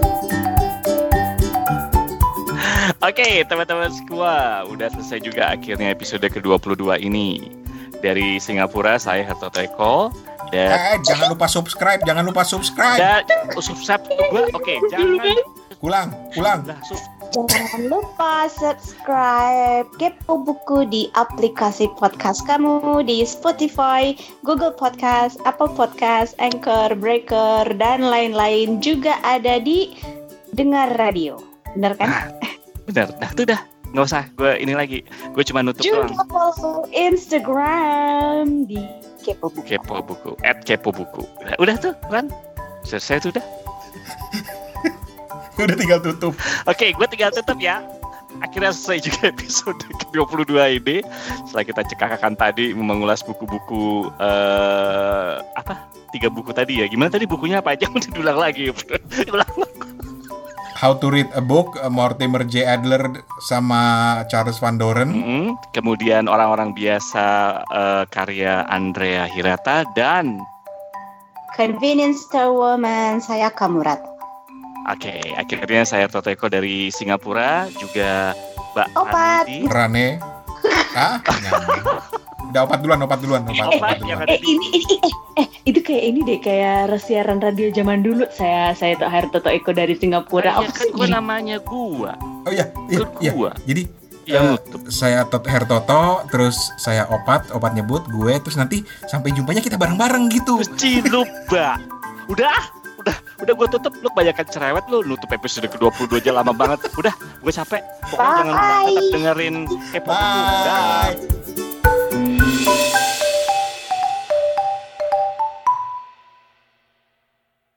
Oke, teman-teman semua, udah selesai juga akhirnya episode ke dua puluh dua ini. Dari Singapura, saya Hertoto Eko. Dan, Eh, jangan lupa subscribe, jangan lupa subscribe. dan oh, subscribe gua. Oke, jangan. Ulang, ulang. Lah, sub- Jangan lupa subscribe Kepo Buku di aplikasi podcast kamu, di Spotify, Google Podcast, Apple Podcast, Anchor, Breaker, dan lain-lain. Juga ada di Dengar Radio. Bener kan? Bener, nah itu dah. Nggak usah, gue ini lagi. Gue cuma nutup Juga doang. follow Instagram di Kepo Buku. Kepo Buku, at Kepo Buku. Nah, udah tuh, kan? Selesai tuh dah. Udah tinggal tutup. Oke, gue tinggal tutup ya. Akhirnya selesai juga episode ke dua puluh dua ini. Setelah kita cekakakan tadi mengulas buku-buku uh, apa? Tiga buku tadi ya. Gimana tadi bukunya apa aja? Udah diulang lagi. Ulang. How to Read a Book, Mortimer J. Adler sama Charles Van Doren. Mm-hmm. Kemudian orang-orang biasa uh, karya Andrea Hirata dan Convenience Store Woman, saya Kamurata. Oke, okay, akhirnya saya Toto Eko dari Singapura, juga Mbak Opat. Andi. Rane. Ah, nyambung. Udah opat duluan, opat duluan, opat, Opat, opat yang duluan. ada Eh ini, ini eh, eh itu kayak ini deh, kayak siaran radio zaman dulu. Saya saya tuh Hertoto Eko dari Singapura. Ya kan gue namanya gua, Oh iya, iya, Kan iya. gua. Jadi yang eh, nutup. saya Tot Hertoto, terus saya opat, opat nyebut gue, terus nanti sampai jumpanya kita bareng-bareng gitu. Mesti lupa. Udah, udah, udah gue tutup. Lu kebanyakan cerewet, lu nutup episode ke dua puluh dua aja lama banget. Udah, gue capek. Pokoknya jangan lupa Bye. tetap dengerin Kepo Buku. Dah. Bye.